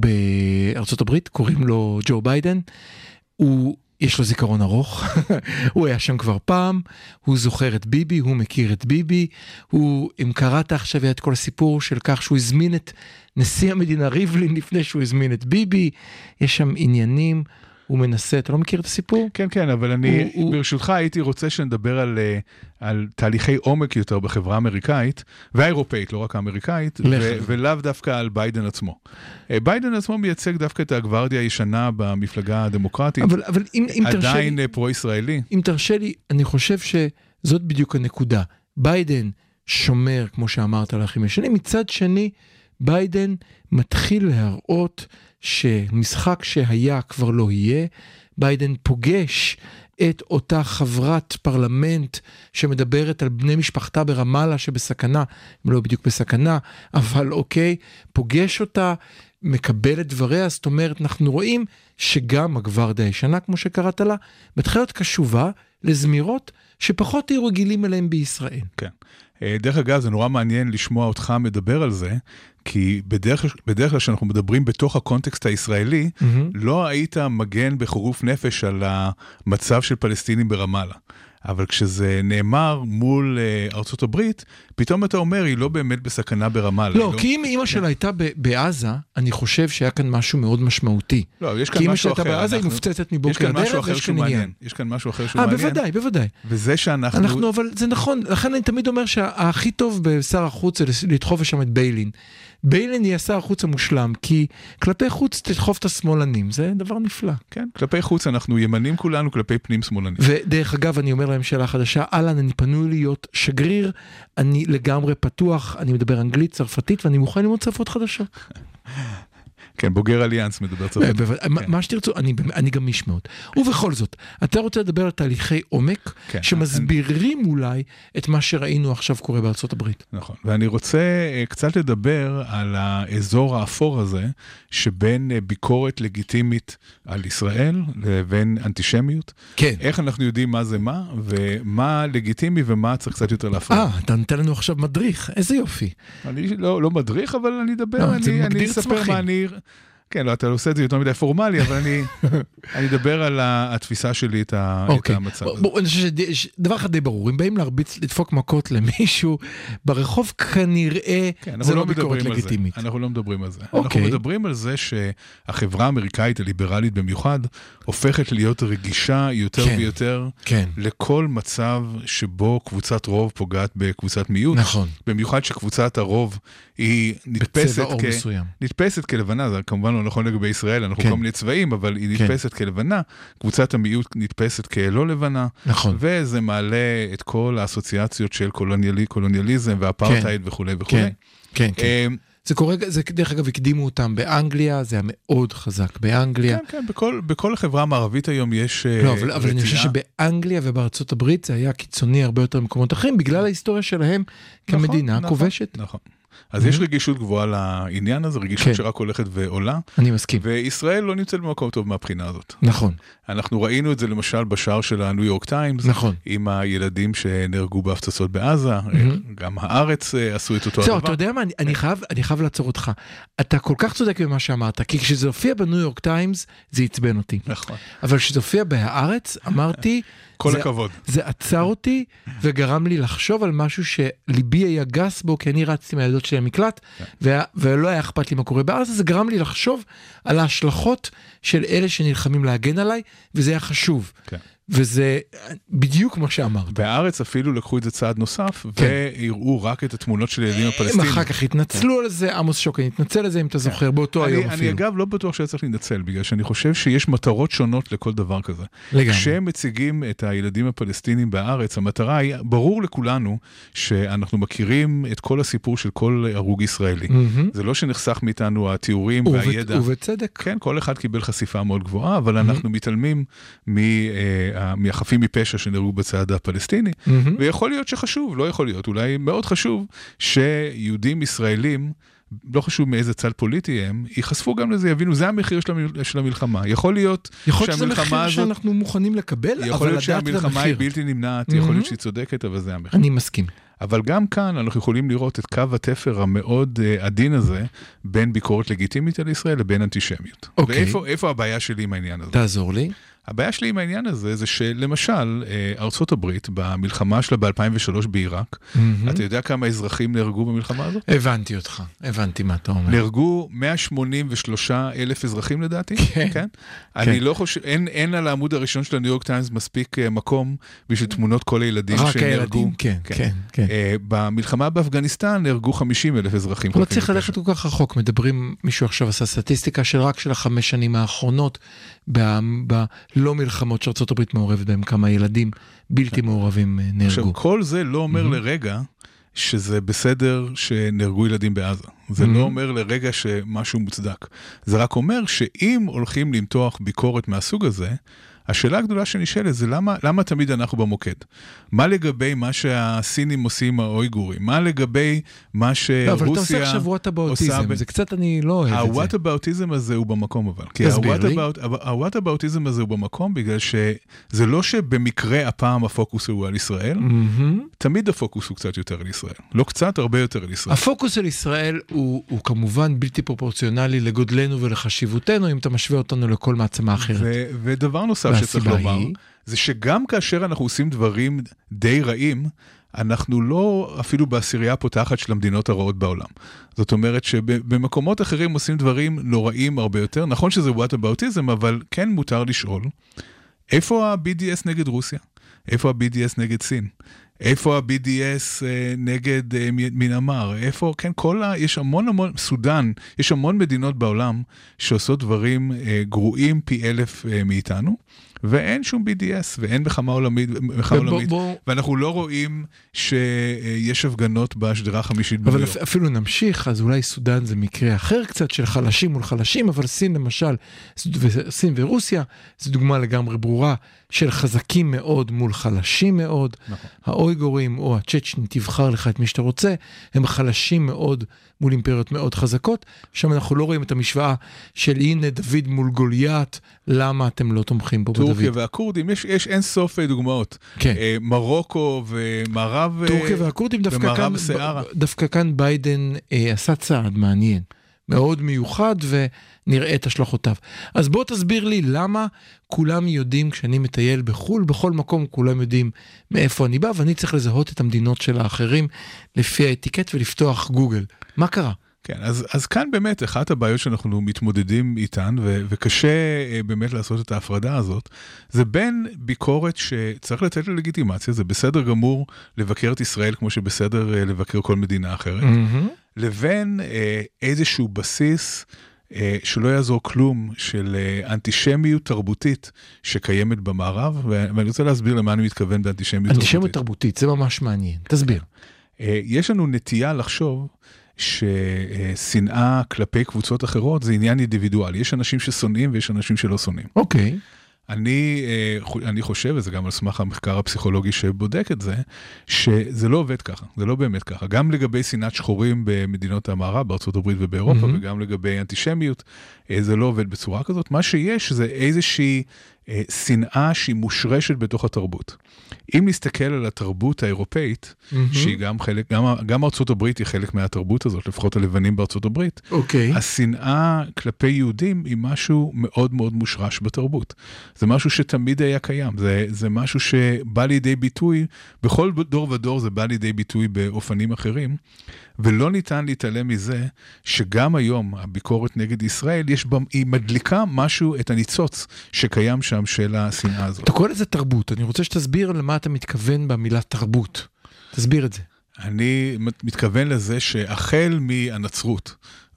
בארצות הברית, קוראים לו ג'ו ביידן, יש לו זיכרון ארוך, הוא היה שם כבר פעם, הוא זוכר את ביבי, הוא מכיר את ביבי, אם קראת עכשיו את כל הסיפור של כך שהוא הזמין את נשיא המדינה ריבלין לפני שהוא הזמין את ביבי, יש שם עניינים, הוא מנסה, אתה לא מכיר את הסיפור? כן, כן, אבל אני ברשותך הייתי רוצה שנדבר על תהליכי עומק יותר בחברה האמריקאית, והאירופאית, לא רק האמריקאית, ולאו דווקא על ביידן עצמו. ביידן עצמו מייצג דווקא את הגוורדיה הישנה במפלגה הדמוקרטית, אבל אם עדיין פרו-ישראלי. אם תרשה לי, אני חושב שזאת בדיוק הנקודה. ביידן שומר, כמו שאמרת, על האחים הישנים, מצד שני, ביידן מתחיל להראות שמשחק שהיה כבר לא יהיה. ביידן פוגש את אותה חברת פרלמנט שמדברת על בני משפחתה ברמאללה שבסכנה, הם לא בדיוק בסכנה, אבל אוקיי, פוגש אותה, מקבל את דבריה, זאת אומרת, אנחנו רואים שגם הגוורדיה הישנה, כמו שקראת לה, מתחילה קשובה לזמירות שפחות היו רגילים אליהם בישראל. כן. דרך אגב, זה נורא מעניין לשמוע אותך מדבר על זה, כי בדרך כלל שאנחנו מדברים בתוך הקונטקסט הישראלי, לא היית מגן בחירוף נפש על המצב של פלסטינים ברמאללה. אבל כשזה נאמר מול ארצות הברית, פתאום אתה אומר, היא לא באמת בסכנה ברמאללה. לא, כי אם אמא שלה הייתה בעזה, אני חושב שהיה כאן משהו מאוד משמעותי. לא, יש כאן משהו אחר. כי אמא שהייתה בעזה היא מופצצת מבוקר דרך, ויש כאן עניין. יש כאן משהו אחר שהוא מעניין. בוודאי, בוודאי. וזה שאנחנו... אבל זה נכון, לכן אני תמיד אומר שהכי טוב בשר החוץ זה לדחוף שם את ביילין. ביילין יהיה שר החוץ המושלם, כי כלפי חוץ תדחוף את השמאלנים, זה דבר נפלא. כן, כלפי חוץ אנחנו ימנים כולנו, כלפי פנים שמאלנים. ודרך אגב, אני אומר לממשלה חדשה, אלן, אני פנוי להיות שגריר, אני לגמרי פתוח, אני מדבר אנגלית, צרפתית, ואני מוכן ללמוד שפות חדשות. כן, בוגר אליאנס מדבר צרפתית. מה שתרצו, אני גם איש מאוד. ובכל זאת, אתה רוצה לדבר על תהליכי עומק, שמסבירים אולי את מה שראינו עכשיו קורה בארצות הברית. נכון, ואני רוצה קצת לדבר על האזור האפור הזה, שבין ביקורת לגיטימית על ישראל, לבין אנטישמיות. כן. איך אנחנו יודעים מה זה מה, ומה לגיטימי ומה צריך קצת יותר להפריע. אתה נותן לנו עכשיו מדריך, איזה יופי. אני לא מדריך, אבל אני אדבר, אני אספר מה אני... כן, לא, אתה עושה את זה יותר מדי פורמלי, אבל אני אדבר על התפיסה שלי את המצב הזה. אני חושב שדבר אחד די ברור, אם באים להרביץ, לדפוק מכות למישהו, ברחוב כנראה זה לא ביקורת לגיטימית. אנחנו לא מדברים על זה. אנחנו מדברים על זה שהחברה האמריקאית, הליברלית במיוחד, הופכת להיות רגישה יותר ויותר לכל מצב שבו קבוצת רוב פוגעת בקבוצת מיעוט. נכון. במיוחד שקבוצת הרוב היא נתפסת כלבנה, זה כמובן לא נכון לגבי ישראל, אנחנו כל מיני צבעים, אבל היא נתפסת כלבנה, קבוצת המיעוט נתפסת כלא לבנה, וזה מעלה את כל האסוציאציות של קולוניאליזם ואפרטהייד וכו' וכו'. כן, כן. זה קורה, זה דרך אגב הקדימו אותם באנגליה, זה היה מאוד חזק באנגליה. כן, כן, בכל החברה המערבית היום יש... לא, אבל אני חושב שבאנגליה ובארצות הברית זה היה קיצוני הרבה יותר מקומות אחרים, בגלל ההיסטוריה שלהם כמדינה כובשת. נכון. אז יש רגישות גבוהה לעניין הזה, רגישות שרק הולכת ועולה. אני מסכים. וישראל לא נמצאת במקום טוב מהבחינה הזאת. נכון. אנחנו ראינו את זה למשל בשער של הניו יורק טיימס, עם הילדים שנהרגו בהפצצות בעזה, גם הארץ עשו את אותו הדבר. אתה יודע מה, אני חייב לעצור אותך. אתה כל כך צודק במה שאמרת, כי כשזה הופיע בניו יורק טיימס, זה יצבן אותי. נכון. אבל כשזה הופיע בהארץ, אמרתי... כל הכבוד. זה עצר אותי וגרם לי לחשוב על משהו שליבי היה גס בו, כי אני רצתי מהילדות שלי למקלט, ולא היה אכפת לי מה קורה בארץ, זה גרם לי לחשוב על ההשלכות של אלה שנלחמים להגן עליי, וזה היה חשוב. וזה בדיוק מה שאמרת. בארץ אפילו לקחו את זה צעד נוסף, והראו רק את התמונות של ילדים הפלסטינים. הם אחר כך התנצלו על זה, עמוס שוקן התנצל על זה, אם אתה זוכר, באותו היום אפילו. אני אגב לא בטוח שהיה צריך להתנצל, בגלל שאני חושב שיש מטרות שונות לכל דבר כזה. לגמרי. כשהם מציגים את הילדים הפלסטינים בארץ, המטרה היא, ברור לכולנו, שאנחנו מכירים את כל הסיפור של כל הרוג ישראלי. זה לא שנחסך מאיתנו התיאורים והידע. ובצדק. כן, כל אחד קיבל חשיפה מאוד גבוהה, אבל אנחנו מתעלמים מהחפים מפשע שנראו בצד הפלסטיני, ויכול להיות שחשוב, לא יכול להיות, אולי מאוד חשוב, שיהודים ישראלים, לא חשוב מאיזה צד פוליטי הם, יחשפו גם לזה, יבינו, זה המחיר של המלחמה. יכול להיות שזה מחיר שאנחנו מוכנים לקבל, יכול להיות שהמלחמה היא בלתי נמנעת, יכול להיות שהיא צודקת, אבל זה המחיר. אני מסכים. אבל גם כאן אנחנו יכולים לראות את קו התפר המאוד עדין הזה, בין ביקורת לגיטימית על ישראל לבין אנטישמיות. ואיפה הבעיה שלי עם העניין הזה? תעזור לי. הבעיה שלי עם העניין הזה, זה שלמשל, ארצות הברית, במלחמה שלה ב-2003 בעיראק, אתה יודע כמה אזרחים נהרגו במלחמה הזאת? הבנתי אותך, הבנתי מה אתה אומר. נהרגו 183,000 אזרחים לדעתי, כן? אני לא חושב, אין על העמוד הראשון של הניו יורק טיימס מספיק מקום, בשביל תמונות כל הילדים שנהרגו. רק הילדים, כן, כן. במלחמה באפגניסטן נהרגו 50,000 אזרחים. לא צריך ללכת כל כך רחוק, מדברים, מישהו עכשיו עשה סטטיסטיקה של רק של 5 שנים האחרונות, לא מלחמות שארצות הברית מעורבת בהם, כמה ילדים בלתי מעורבים נהרגו. עכשיו, כל זה לא אומר לרגע שזה בסדר שנהרגו ילדים בעזה. זה לא אומר לרגע שמשהו מוצדק. זה רק אומר שאם הולכים למתוח ביקורת מהסוג הזה, השאלה הגדולה שנשאלת זה למה תמיד אנחנו במוקד? מה לגבי מה שהסינים עושים האויגורים? מה לגבי מה שרוסיה עושה? אבל אתה עושה עכשיו וואטאבאוטיזם, זה קצת אני לא אוהב את זה. הוואטאבאוטיזם הזה הוא במקום אבל. תסביר לי. הוואטאבאוטיזם הזה הוא במקום בגלל שזה לא שבמקרה הפעם הפוקוס הוא על ישראל, תמיד הפוקוס הוא קצת יותר על ישראל. לא קצת, הרבה יותר על ישראל. הפוקוס על ישראל הוא כמובן בלתי פרופורציונלי לגודלנו ולחשיבותנו, אם אתה משווה אותנו לכל מעצמה אחרת. ודבר נוסף שצריך לומר, זה שגם כאשר אנחנו עושים דברים די רעים, אנחנו לא אפילו בעשירייה הפותחת של המדינות הרעות בעולם. זאת אומרת שבמקומות אחרים עושים דברים נוראים הרבה יותר. נכון שזה וואטאבאוטיזם, אבל כן מותר לשאול, איפה ה-BDS נגד רוסיה? איפה ה-BDS נגד סין? איפה ה-BDS נגד מנמר? איפה, כן, יש המון, סודן, יש המון מדינות בעולם שעושות דברים גרועים פי 1000 מאיתנו, ואין שום BDS, ואין מלחמה עולמית, ואנחנו לא רואים שיש הפגנות בשדרה החמישית בניו יורק. אבל אפילו נמשיך, אז אולי סודן זה מקרה אחר קצת של חלשים מול חלשים, אבל סין למשל, סין ורוסיה, זו דוגמה לגמרי ברורה של חזקים מאוד מול חלשים מאוד. נכון. האויגורים או הצ'צ'נים, תבחר לך את מי שאתה רוצה, הם חלשים מאוד מול אימפריות מאוד חזקות. שם אנחנו לא רואים את המשוואה של הנה דוד מול גוליית, למה אתם לא תומכים בו בדוד? טורקיה והקורדים, יש אין סוף דוגמאות. כן. מרוקו ומערב טורקיה והקורדים, דווקא כאן ביידן עשה צעד מעניין, מאוד מיוחד ונראה את השלכותיו. אז בוא תסביר לי למה כולם יודעים כשאני מטייל בחול, בכל מקום כולם יודעים מאיפה אני בא, ואני צריך לזהות את המדינות של האחרים לפי האטיקט ולפתוח גוגל. מה קרה? כן, אז כאן באמת אחת הבעיות שאנחנו מתמודדים איתן, וקשה באמת לעשות את ההפרדה הזאת, זה בין ביקורת שצריך לתת ללגיטימציה, זה בסדר גמור לבקר את ישראל כמו שבסדר לבקר כל מדינה אחרת, לבין איזשהו בסיס שלא יעזור כלום של אנטישמיות תרבותית שקיימת במערב, ואני רוצה להסביר למה אני מתכוון באנטישמיות תרבותית. אנטישמיות תרבותית, זה ממש מעניין, תסביר. יש לנו נטייה לחשוב ששנאה כלפי קבוצות אחרות זה עניין אינדיבידואלי. יש אנשים ששונאים ויש אנשים שלא שונאים. אוקיי. אני חושב, וזה גם על סמך המחקר הפסיכולוגי שבודק את זה, שזה לא עובד ככה, זה לא באמת ככה. גם לגבי שנאת שחורים במדינות המערב, בארצות הברית ובאירופה, וגם לגבי אנטישמיות, זה לא עובד בצורה כזאת. מה שיש זה איזושהי שנאה שהיא מושרשת בתוך התרבות. אם נסתכל על התרבות האירופאית, שהיא גם חלק, גם ארצות הברית היא חלק מהתרבות הזאת, לפחות הלבנים בארצות הברית, השנאה כלפי יהודים היא משהו מאוד מאוד מושרש בתרבות. זה משהו שתמיד היה קיים, זה משהו שבא לידי ביטוי, בכל דור ודור זה בא לידי ביטוי באופנים אחרים, ולא ניתן להתעלם מזה שגם היום הביקורת נגד ישראל, היא מדליקה משהו, את הניצוץ שקיים שם של השנאה הזאת. אתה קורא לזה תרבות, אני רוצה שתסביר למה אתה מתכוון במילה תרבות. תסביר את זה. אני מתכוון לזה שהחל מהנצרות,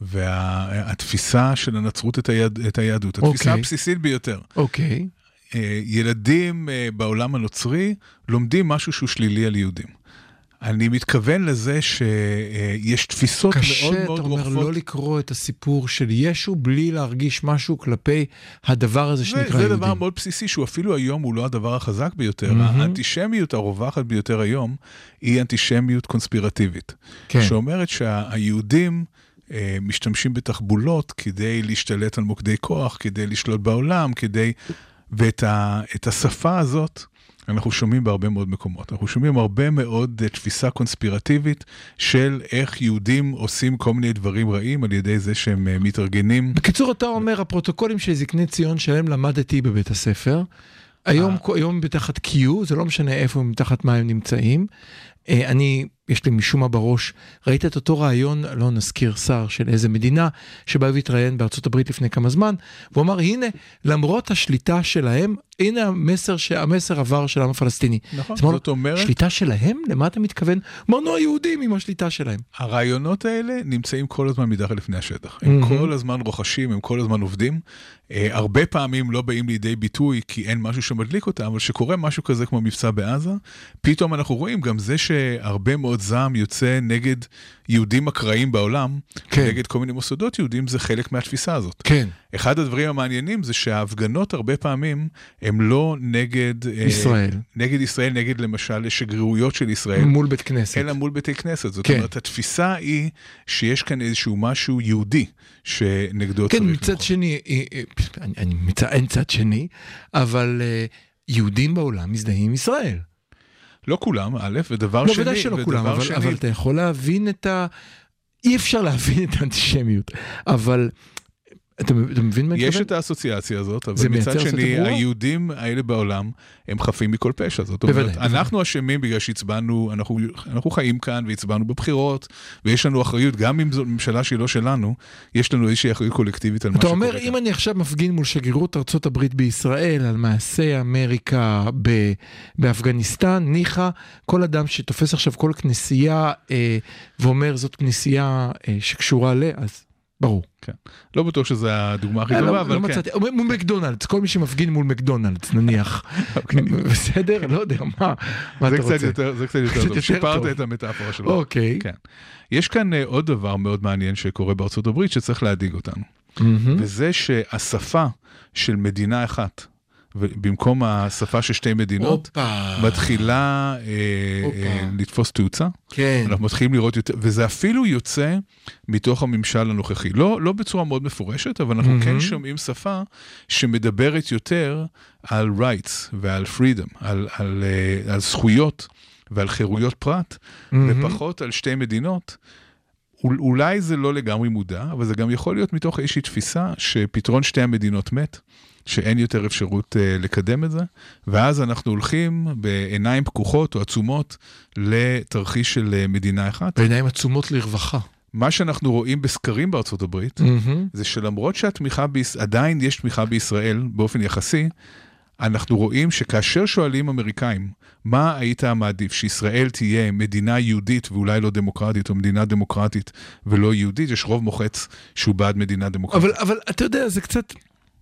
והתפיסה של הנצרות את היהדות, התפיסה הבסיסית ביותר. אוקיי. ילדים בעולם הנוצרי לומדים משהו שהוא שלילי על יהודים. אני מתכוון לזה שיש תפיסות מאוד מאוד רוחבות. קשה, אתה אומר, לא לקרוא את הסיפור של ישו בלי להרגיש משהו כלפי הדבר הזה שנקרא יהודים. זה דבר מאוד בסיסי, שהוא אפילו היום הוא לא הדבר החזק ביותר. האנטישמיות הרווחת ביותר היום היא אנטישמיות קונספירטיבית. שאומרת שהיהודים משתמשים בתחבולות כדי להשתלט על מוקדי כוח, כדי לשלוט בעולם, ואת השפה הזאת, אנחנו שומעים בהרבה מאוד מקומות. אנחנו שומעים הרבה מאוד תפיסה קונספירטיבית של איך יהודים עושים כל מיני דברים רעים על ידי זה שהם מתארגנים. בקיצור, אתה אומר, הפרוטוקולים של זקני ציון שלהם למדתי בבית הספר, היום בתחת Q, זה לא משנה איפה הם תחת מה הם נמצאים. יש לי משום מה בראש, ראית את אותו רעיון, לא נזכיר שר של איזה מדינה, שבא והתראיין בארצות הברית לפני כמה זמן, והוא אמר, הנה, למרות השליטה שלהם, הנה המסר עבר של העם הפלסטיני. נכון, זאת אומרת... שליטה שלהם? למה אתה מתכוון? אמרנו היהודים עם השליטה שלהם. הרעיונות האלה נמצאים כל הזמן מתחת לפני השטח. הם כל הזמן רוכשים, הם כל הזמן עובדים. הרבה פעמים לא באים לידי ביטוי, כי אין משהו שמדליק אותם, אבל שקורה משהו כזה כמו מבצע בעזה, פתאום אנחנו רואים גם זה שהרבה מאוד זעם יוצא נגד יהודים אקראיים בעולם, נגד כל מיני מוסדות יהודים, זה חלק מהתפיסה הזאת. כן. אחד הדברים המעניינים זה שההפגנות הרבה פעמים הם לא נגד ישראל. נגד ישראל, נגד למשל שגרירויות של ישראל. מול בית כנסת. אלא מול בתי כנסת. זאת אומרת, התפיסה היא שיש כאן איזשהו משהו יהודי שנגדו צריך. כן, מצד שני, אין צד שני, אבל יהודים בעולם מזדהים עם ישראל. לא כולם, א', ודבר שני. לא, ודאי שלא כולם, אבל אתה יכול להבין אי אפשר להבין את האנטישמיות, אבל אתה מבין מה יש את האסוציאציה הזאת, אבל מצד שני, היהודים האלה בעולם, הם חפים מכל פשע. זאת אומרת, אנחנו אשמים בגלל שהצבענו, אנחנו חיים כאן והצבענו בבחירות, ויש לנו אחריות, גם אם זו ממשלה שהיא לא שלנו, יש לנו איזושהי אחריות קולקטיבית על מה שקורה. אתה אומר, אם אני עכשיו מפגין מול שגרירות ארצות הברית בישראל, על מעשה אמריקה באפגניסטן, ניחה, כל אדם שתופס עכשיו כל כנסייה, ואומר, זאת כנסייה שקשורה אז ברור. כן. לא בטוח שזו הדוגמה הכי טובה, אבל כן. מול מקדונלדס, כל מי שמפגין מול מקדונלדס, נניח. בסדר? לא יודע, מה אתה רוצה? זה קצת יותר טוב. שיפרת את המטאפורה שלו. אוקיי. יש כאן עוד דבר מאוד מעניין שקורה בארצות הברית, שצריך להדאיג אותנו. וזה שהשפה של מדינה אחת, במקום השפה של שתי מדינות, מתחילה לתפוס תאוצה. כן. אנחנו מתחילים לראות יותר, וזה אפילו יוצא מתוך הממשל הנוכחי. לא בצורה מאוד מפורשת, אבל אנחנו כן שומעים שפה שמדברת יותר על rights ועל freedom, על זכויות ועל חירויות פרט, ופחות על שתי מדינות. אולי זה לא לגמרי מודע, אבל זה גם יכול להיות מתוך איזושהי תפיסה שפתרון שתי המדינות מת, שאין יותר אפשרות לקדם את זה, ואז אנחנו הולכים בעיניים פקוחות או עצומות לתרחיש של מדינה אחת. בעיניים עצומות לרווחה. מה שאנחנו רואים בסקרים בארצות הברית, זה שלמרות שהתמיכה, עדיין יש תמיכה בישראל באופן יחסי, אנחנו רואים שכאשר שואלים אמריקאים, מה היית מעדיף? שישראל תהיה מדינה יהודית ואולי לא דמוקרטית, או מדינה דמוקרטית ולא יהודית, יש רוב מוחץ שהוא בעד מדינה דמוקרטית. אבל אתה יודע, זה קצת...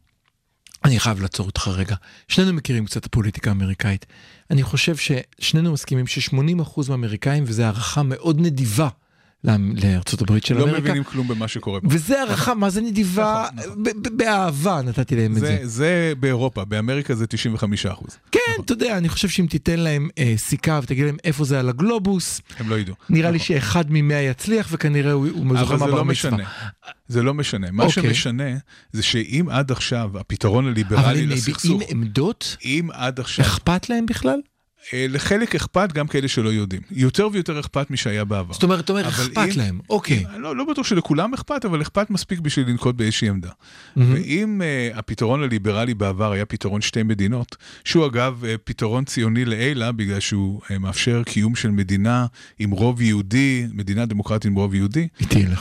אני חייב לעצור אותך רגע. שנינו מכירים קצת הפוליטיקה האמריקאית. אני חושב ששנינו מסכימים ש80% מהאמריקאים, וזו הערכה מאוד נדיבה לארצות הברית של אמריקה. לא מבינים כלום במה שקורה. וזה הערכה, מה זה נדיבה? באהבה נתתי להם את זה. זה באירופה, באמריקה זה 95%. כן, אתה יודע, אני חושב שאם תיתן להם סיכה ותגיד להם איפה זה על הגלובוס, הם לא ידעו. נראה לי שאחד מ100 יצליח, וכנראה הוא מזוכה מהבר מצווה. זה לא משנה. מה שמשנה זה שאם עד עכשיו הפתרון הליברלי לסכסוך, אבל עם עמדות, אם עד עכשיו אכפת להם בכלל? לחלק אכפת גם כאלה שלא יודעים. יותר ויותר אכפת משהיה בעבר. זאת אומרת, אכפת להם. אוקיי. לא בטוח שלכולם אכפת, אבל אכפת מספיק בשביל לנקוט באיזושהי עמדה. ואם הפתרון הליברלי בעבר היה פתרון שתי מדינות, שהוא אגב פתרון ציוני לעילה, בגלל שהוא מאפשר קיום של מדינה עם רוב יהודי, מדינה דמוקרטית עם רוב יהודי,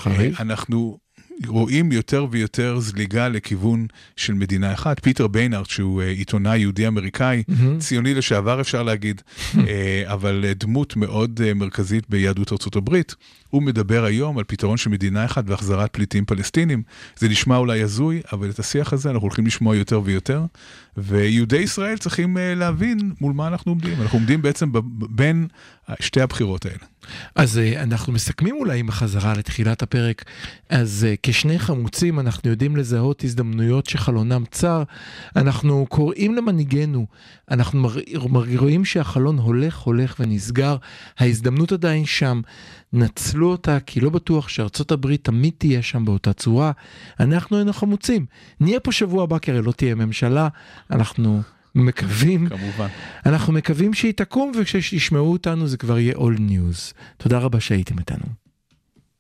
אנחנו רואים יותר ויותר זליגה לכיוון של מדינה אחת. פיטר ביינארט, שהוא עיתונאי יהודי אמריקאי, ציוני לשעבר אפשר להגיד, אבל דמות מאוד מרכזית ביהדות ארצות הברית, הוא מדבר היום על פתרון של מדינה אחת והחזרת פליטים פלסטינים. זה נשמע אולי הזוי, אבל את השיח הזה אנחנו הולכים לשמוע יותר ויותר, ויהודי ישראל צריכים להבין מול מה אנחנו עומדים. אנחנו עומדים בעצם בין שתי הבחירות האלה. אז אנחנו מסכמים אולי עם החזרה לתחילת הפרק, אז כשני חמוצים אנחנו יודעים לזהות הזדמנויות שחלונם צר, אנחנו קוראים למנהיגנו, אנחנו רואים שהחלון הולך ונסגר, ההזדמנות עדיין שם, נצלו אותה, כי לא בטוח שארצות הברית תמיד תהיה שם באותה צורה, אנחנו היינו חמוצים, נהיה פה שבוע הבא, כי הרי לא תהיה ממשלה, אנחנו מקווים, כמובן. אנחנו מקווים שהיא תקום, וכשתשמעו אותנו זה כבר יהיה all news. תודה רבה שהייתם איתנו.